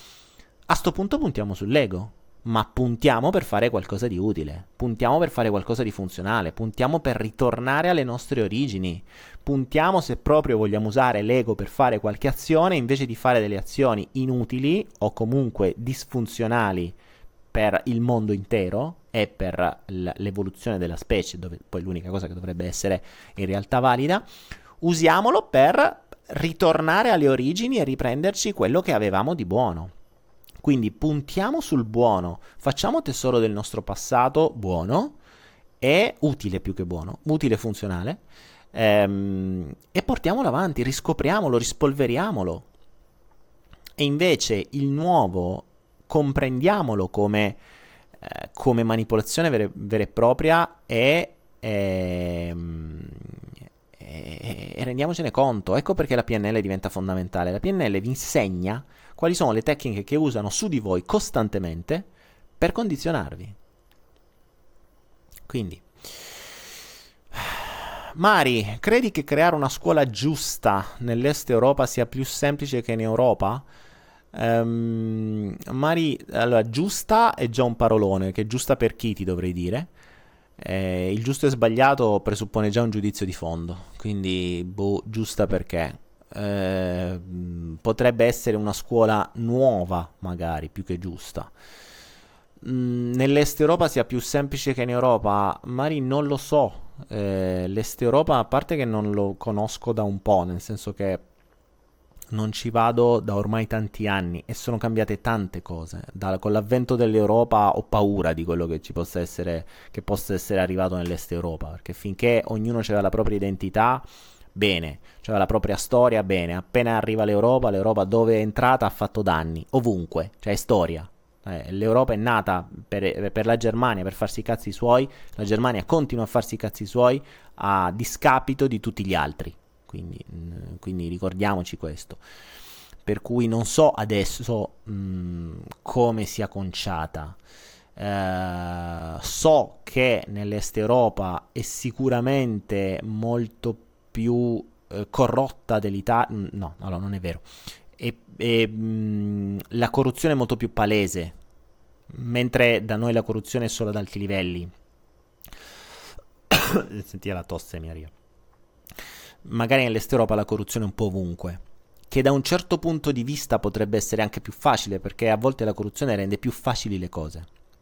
A sto punto puntiamo sull'ego, ma puntiamo per fare qualcosa di utile, puntiamo per fare qualcosa di funzionale, puntiamo per ritornare alle nostre origini, puntiamo se proprio vogliamo usare l'ego per fare qualche azione, invece di fare delle azioni inutili o comunque disfunzionali per il mondo intero e per l'evoluzione della specie, dove poi l'unica cosa che dovrebbe essere in realtà valida, usiamolo per ritornare alle origini e riprenderci quello che avevamo di buono. Quindi puntiamo sul buono, facciamo tesoro del nostro passato buono e utile più che buono, utile e funzionale, ehm, e portiamolo avanti, riscopriamolo, rispolveriamolo. E invece il nuovo comprendiamolo come, eh, come manipolazione vera, vera e propria e, ehm, e, e rendiamocene conto. Ecco perché la P N L diventa fondamentale. La P N L vi insegna quali sono le tecniche che usano su di voi costantemente per condizionarvi. Quindi, Mari, credi che creare una scuola giusta nell'est Europa sia più semplice che in Europa? Um, Mari, allora, giusta è già un parolone, che giusta per chi ti dovrei dire. Eh, il giusto e sbagliato presuppone già un giudizio di fondo, quindi, boh, giusta perché? Eh, potrebbe essere una scuola nuova, magari, più che giusta. Mm, nell'Est Europa sia più semplice che in Europa? Mari, non lo so. Eh, L'Est Europa, a parte che non lo conosco da un po', nel senso che non ci vado da ormai tanti anni e sono cambiate tante cose. Da, con l'avvento dell'Europa ho paura di quello che ci possa essere, che possa essere arrivato nell'Est Europa, perché finché ognuno aveva la propria identità, bene, aveva la propria storia, bene. Appena arriva l'Europa, l'Europa dove è entrata ha fatto danni, ovunque, cioè è storia. Eh, L'Europa è nata per, per la Germania per farsi i cazzi suoi, la Germania continua a farsi i cazzi suoi a discapito di tutti gli altri. Quindi, quindi ricordiamoci questo. Per cui non so adesso mh, come sia conciata. Eh, so che nell'est Europa è sicuramente molto più eh, corrotta dell'Italia. No, allora non è vero. E, e, mh, la corruzione è molto più palese, mentre da noi la corruzione è solo ad alti livelli. Senti la tosse, mia riga. Magari nell'est Europa la corruzione è un po' ovunque, che da un certo punto di vista potrebbe essere anche più facile, perché a volte la corruzione rende più facili le cose.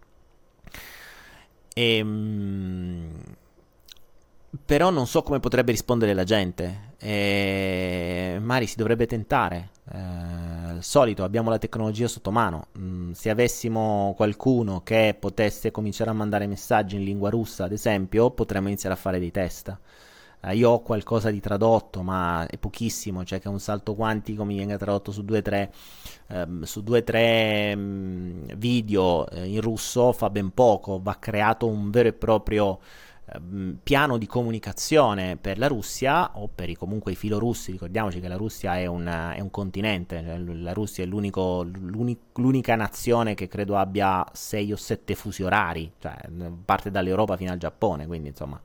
E, mh, però non so come potrebbe rispondere la gente. E magari si dovrebbe tentare. Eh, al solito abbiamo la tecnologia sotto mano. Mm, se avessimo qualcuno che potesse cominciare a mandare messaggi in lingua russa, ad esempio, potremmo iniziare a fare dei test. Eh, io ho qualcosa di tradotto, ma è pochissimo, cioè che un salto quantico mi venga tradotto su due o tre ehm, su due o tre mm, video eh, in russo fa ben poco. Va creato un vero e proprio ehm, piano di comunicazione per la Russia, o per i, comunque i filorussi. Ricordiamoci che la Russia è un, è un continente, cioè la Russia è l'unico, l'uni- l'unica nazione che credo abbia sei o sette fusi orari, cioè parte dall'Europa fino al Giappone, quindi insomma.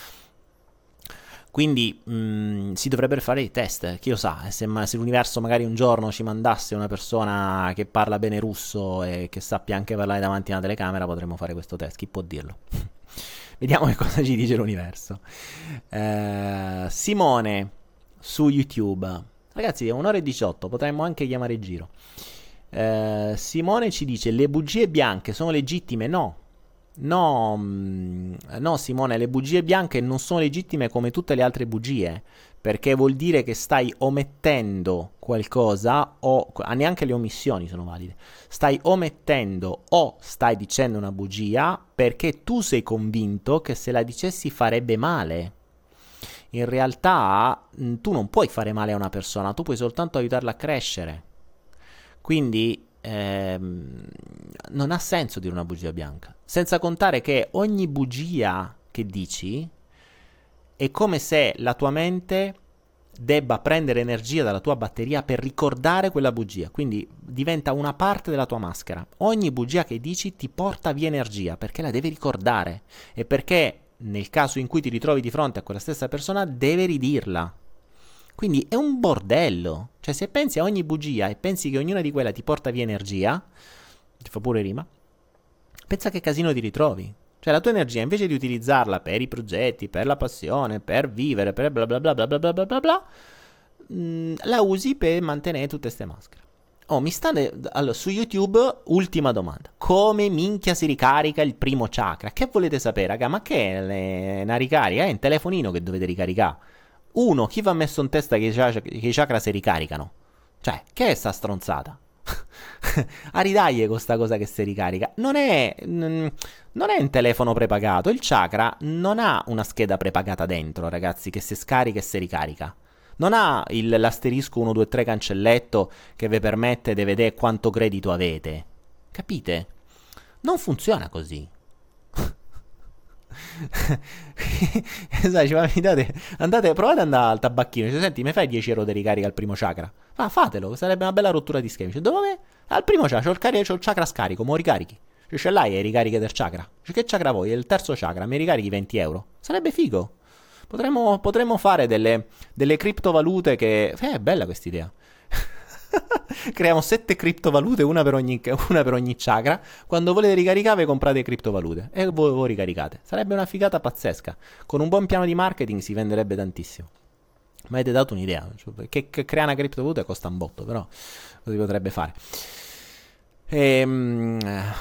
Quindi mh, si dovrebbero fare i test, chi lo sa, se, ma, se l'universo magari un giorno ci mandasse una persona che parla bene russo e che sappia anche parlare davanti a una telecamera, potremmo fare questo test, chi può dirlo? Vediamo che cosa ci dice l'universo. Eh, Simone su YouTube. Ragazzi, è un'ora e diciotto, potremmo anche chiamare giro. Eh, Simone ci dice, le bugie bianche sono legittime? No. No, no Simone, le bugie bianche non sono legittime come tutte le altre bugie, perché vuol dire che stai omettendo qualcosa, o neanche le omissioni sono valide. Stai omettendo o stai dicendo una bugia perché tu sei convinto che se la dicessi farebbe male. In realtà tu non puoi fare male a una persona, tu puoi soltanto aiutarla a crescere. Quindi Ehm, non ha senso dire una bugia bianca. Senza contare che ogni bugia che dici è come se la tua mente debba prendere energia dalla tua batteria per ricordare quella bugia. Quindi diventa una parte della tua maschera. Ogni bugia che dici ti porta via energia perché la devi ricordare e perché nel caso in cui ti ritrovi di fronte a quella stessa persona devi ridirla. Quindi è un bordello. Cioè, se pensi a ogni bugia e pensi che ognuna di quelle ti porta via energia, ti fa pure rima, pensa che casino ti ritrovi. Cioè, la tua energia, invece di utilizzarla per i progetti, per la passione, per vivere, per bla bla bla bla bla bla bla bla bla, mh, la usi per mantenere tutte ste maschere. Oh, mi stanno... Allora, su YouTube, ultima domanda. Come minchia si ricarica il primo chakra? Che volete sapere, raga? Ma che è una ricarica? È un telefonino che dovete ricaricare. Uno, chi vi ha messo in testa che i chakra si ricaricano? Cioè, che è sta stronzata? A ridaglie con sta cosa che si ricarica. Non è, non è un telefono prepagato. Il chakra non ha una scheda prepagata dentro, ragazzi, che si scarica e si ricarica. Non ha il, l'asterisco uno due tre cancelletto che vi permette di vedere quanto credito avete. Capite? Non funziona così. Esatto, andate, andate, provate ad andare al tabacchino. Cioè, senti, mi fai dieci euro di ricarica al primo chakra? Ah, fatelo, sarebbe una bella rottura di schemi. Cioè, dove? Al primo chakra, c'ho il, cari- c'ho il chakra scarico, mo ricarichi. Cioè, ce l'hai le ricariche del chakra? Cioè, che chakra vuoi? È il terzo chakra, mi ricarichi venti euro? Sarebbe figo. Potremmo, potremmo fare delle, delle criptovalute che... Eh, è bella questa idea. Creiamo sette criptovalute, una per ogni, una per ogni chakra. Quando volete ricaricare comprate criptovalute e voi, voi ricaricate. Sarebbe una figata pazzesca. Con un buon piano di marketing si venderebbe tantissimo. Mi avete dato un'idea, cioè, che, che crea una criptovaluta costa un botto, però lo si potrebbe fare. Ehm...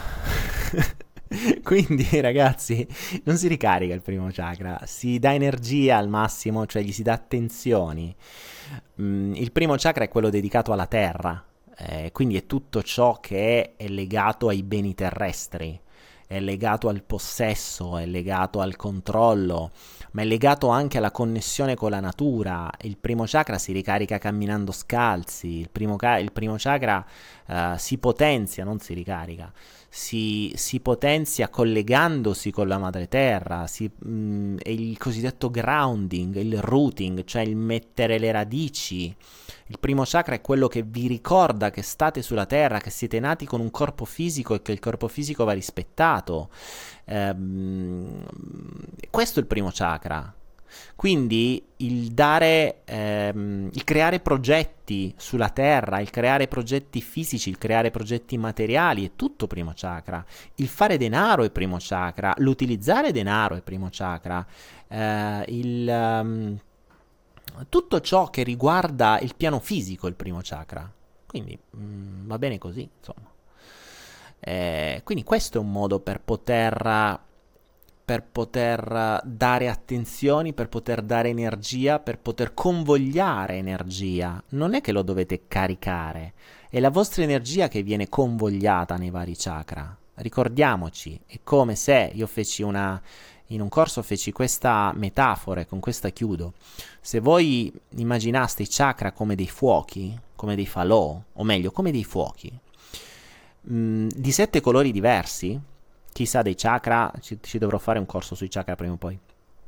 Quindi ragazzi, non si ricarica il primo chakra, si dà energia al massimo, cioè gli si dà tensioni. Mm, il primo chakra è quello dedicato alla terra, eh, quindi è tutto ciò che è legato ai beni terrestri, è legato al possesso, è legato al controllo, ma è legato anche alla connessione con la natura. Il primo chakra si ricarica camminando scalzi, il primo, ca- il primo chakra uh, si potenzia, non si ricarica. si, si potenzia collegandosi con la madre terra, si, mh, è il cosiddetto grounding, il rooting, cioè il mettere le radici. Il primo chakra è quello che vi ricorda che state sulla terra, che siete nati con un corpo fisico e che il corpo fisico va rispettato. Ehm, questo è il primo chakra. Quindi il dare, ehm, il creare progetti sulla terra, il creare progetti fisici, il creare progetti materiali è tutto primo chakra. Il fare denaro è primo chakra, l'utilizzare denaro è primo chakra, eh, il, um, tutto ciò che riguarda il piano fisico è il primo chakra. Quindi mh, va bene così, insomma. Eh, quindi questo è un modo per poter per poter dare attenzioni, per poter dare energia, per poter convogliare energia. Non è che lo dovete caricare, è la vostra energia che viene convogliata nei vari chakra. Ricordiamoci, è come se io feci una... in un corso feci questa metafora e con questa chiudo. Se voi immaginaste i chakra come dei fuochi, come dei falò, o meglio, come dei fuochi, mh, di sette colori diversi, chissà dei chakra, ci, ci dovrò fare un corso sui chakra prima o poi.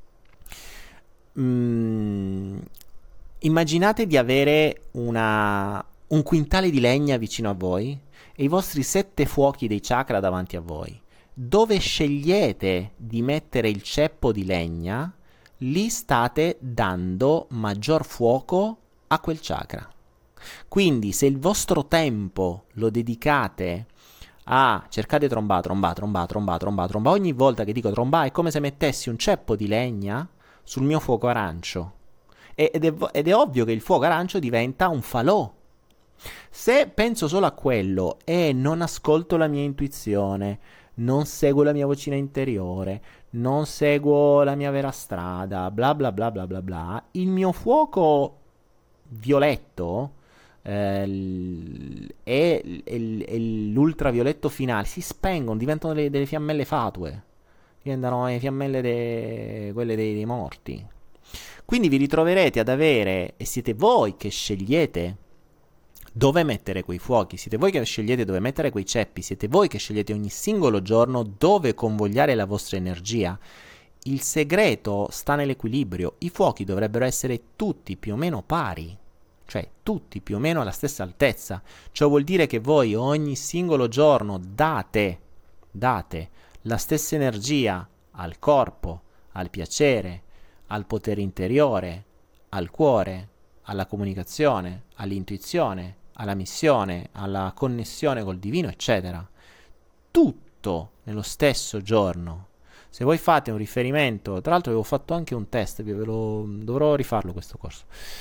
Mm, immaginate di avere una, un quintale di legna vicino a voi e i vostri sette fuochi dei chakra davanti a voi. Dove scegliete di mettere il ceppo di legna, lì state dando maggior fuoco a quel chakra. Quindi se il vostro tempo lo dedicate a cercate tromba, tromba, tromba, tromba, tromba, tromba, ogni volta che dico tromba è come se mettessi un ceppo di legna sul mio fuoco arancio. Ed è, ed è ovvio che il fuoco arancio diventa un falò. Se penso solo a quello e non ascolto la mia intuizione, non seguo la mia vocina interiore, non seguo la mia vera strada, bla bla bla bla bla bla, il mio fuoco violetto eh, e, e, e l'ultravioletto finale si spengono, diventano delle, delle fiammelle fatue, diventano le fiammelle de, quelle dei, dei morti. Quindi vi ritroverete ad avere, e siete voi che scegliete dove mettere quei fuochi, siete voi che scegliete dove mettere quei ceppi, siete voi che scegliete ogni singolo giorno dove convogliare la vostra energia. Il segreto sta nell'equilibrio. I fuochi dovrebbero essere tutti più o meno pari, cioè tutti più o meno alla stessa altezza. Ciò vuol dire che voi ogni singolo giorno date, date la stessa energia al corpo, al piacere, al potere interiore, al cuore, alla comunicazione, all'intuizione, alla missione, alla connessione col divino, eccetera. Tutto nello stesso giorno. Se voi fate un riferimento, tra l'altro avevo fatto anche un test, ve lo, dovrò rifarlo questo corso.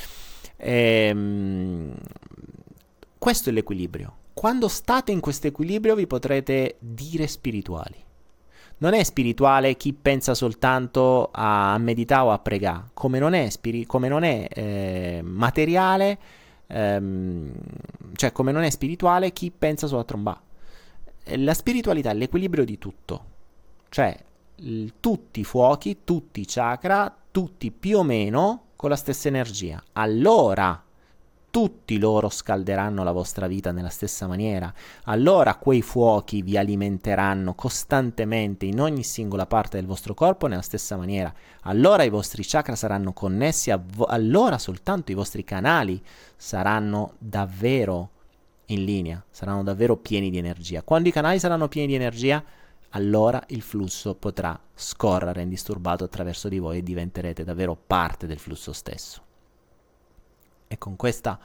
Ehm, questo è l'equilibrio. Quando state in questo equilibrio vi potrete dire spirituali. Non è spirituale chi pensa soltanto a meditare o a pregare, come non è, spiri- come non è eh, materiale, ehm, cioè come non è spirituale chi pensa solo a trombare. La spiritualità è l'equilibrio di tutto, cioè l- tutti i fuochi, tutti i chakra, tutti più o meno con la stessa energia. Allora tutti loro scalderanno la vostra vita nella stessa maniera. Allora quei fuochi vi alimenteranno costantemente in ogni singola parte del vostro corpo nella stessa maniera. Allora i vostri chakra saranno connessi, a vo- allora soltanto i vostri canali saranno davvero in linea, saranno davvero pieni di energia. Quando i canali saranno pieni di energia, allora il flusso potrà scorrere indisturbato attraverso di voi e diventerete davvero parte del flusso stesso. E con questa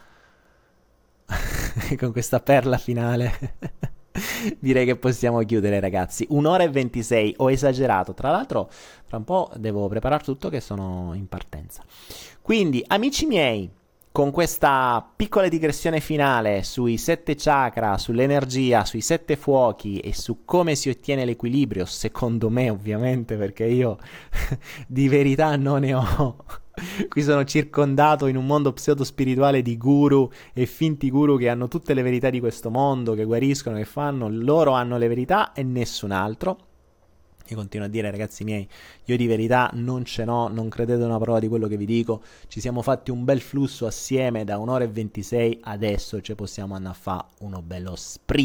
con questa perla finale direi che possiamo chiudere, ragazzi. Un'ora e ventisei, ho esagerato. Tra l'altro tra un po' devo preparare tutto che sono in partenza. Quindi, amici miei, con questa piccola digressione finale sui sette chakra, sull'energia, sui sette fuochi e su come si ottiene l'equilibrio, secondo me ovviamente, perché io di verità non ne ho. Qui sono circondato in un mondo pseudo-spirituale di guru e finti guru che hanno tutte le verità di questo mondo, che guariscono, che fanno, loro hanno le verità e nessun altro. Io continuo a dire, ragazzi miei, io di verità non ce n'ho, non credete una parola di quello che vi dico. Ci siamo fatti un bel flusso assieme da un'ora e ventisei, adesso ci possiamo andare a fare uno bello spritz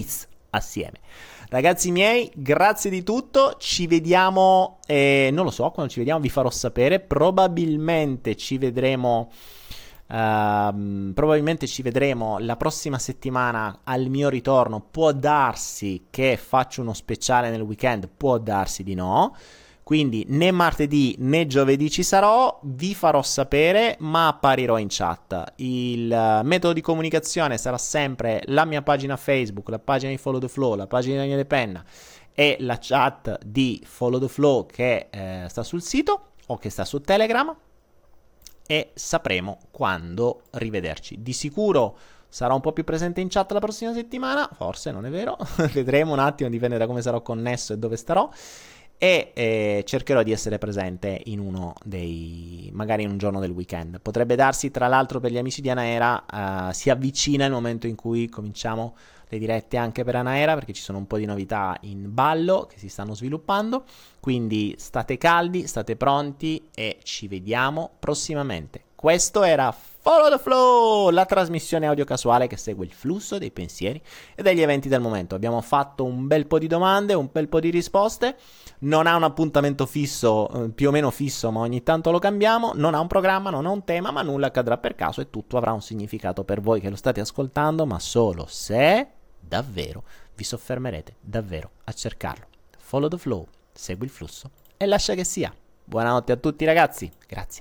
assieme. Ragazzi miei, grazie di tutto, ci vediamo, eh, non lo so, quando ci vediamo vi farò sapere, probabilmente ci vedremo... Uh, probabilmente ci vedremo la prossima settimana al mio ritorno. Può darsi che faccio uno speciale nel weekend, può darsi di no. Quindi né martedì né giovedì ci sarò, vi farò sapere, ma apparirò in chat. Il uh, metodo di comunicazione sarà sempre la mia pagina Facebook, la pagina di Follow the Flow, la pagina di Daniele Penna e la chat di Follow the Flow che eh, sta sul sito o che sta su Telegram. E sapremo quando rivederci. Di sicuro sarò un po' più presente in chat la prossima settimana, forse non è vero, vedremo un attimo, dipende da come sarò connesso e dove starò. E eh, cercherò di essere presente in uno dei, magari in un giorno del weekend. Potrebbe darsi, tra l'altro, per gli amici di Anaera, uh, si avvicina il momento in cui cominciamo le dirette anche per Anaera, perché ci sono un po' di novità in ballo che si stanno sviluppando. Quindi state caldi, state pronti e ci vediamo prossimamente. Questo era Follow the Flow, la trasmissione audio casuale che segue il flusso dei pensieri e degli eventi del momento. Abbiamo fatto un bel po' di domande, un bel po' di risposte. Non ha un appuntamento fisso, eh, più o meno fisso, ma ogni tanto lo cambiamo. Non ha un programma, non ha un tema, ma nulla accadrà per caso e tutto avrà un significato per voi che lo state ascoltando, ma solo se davvero vi soffermerete davvero a cercarlo. Follow the Flow, segui il flusso e lascia che sia. Buonanotte a tutti ragazzi, grazie.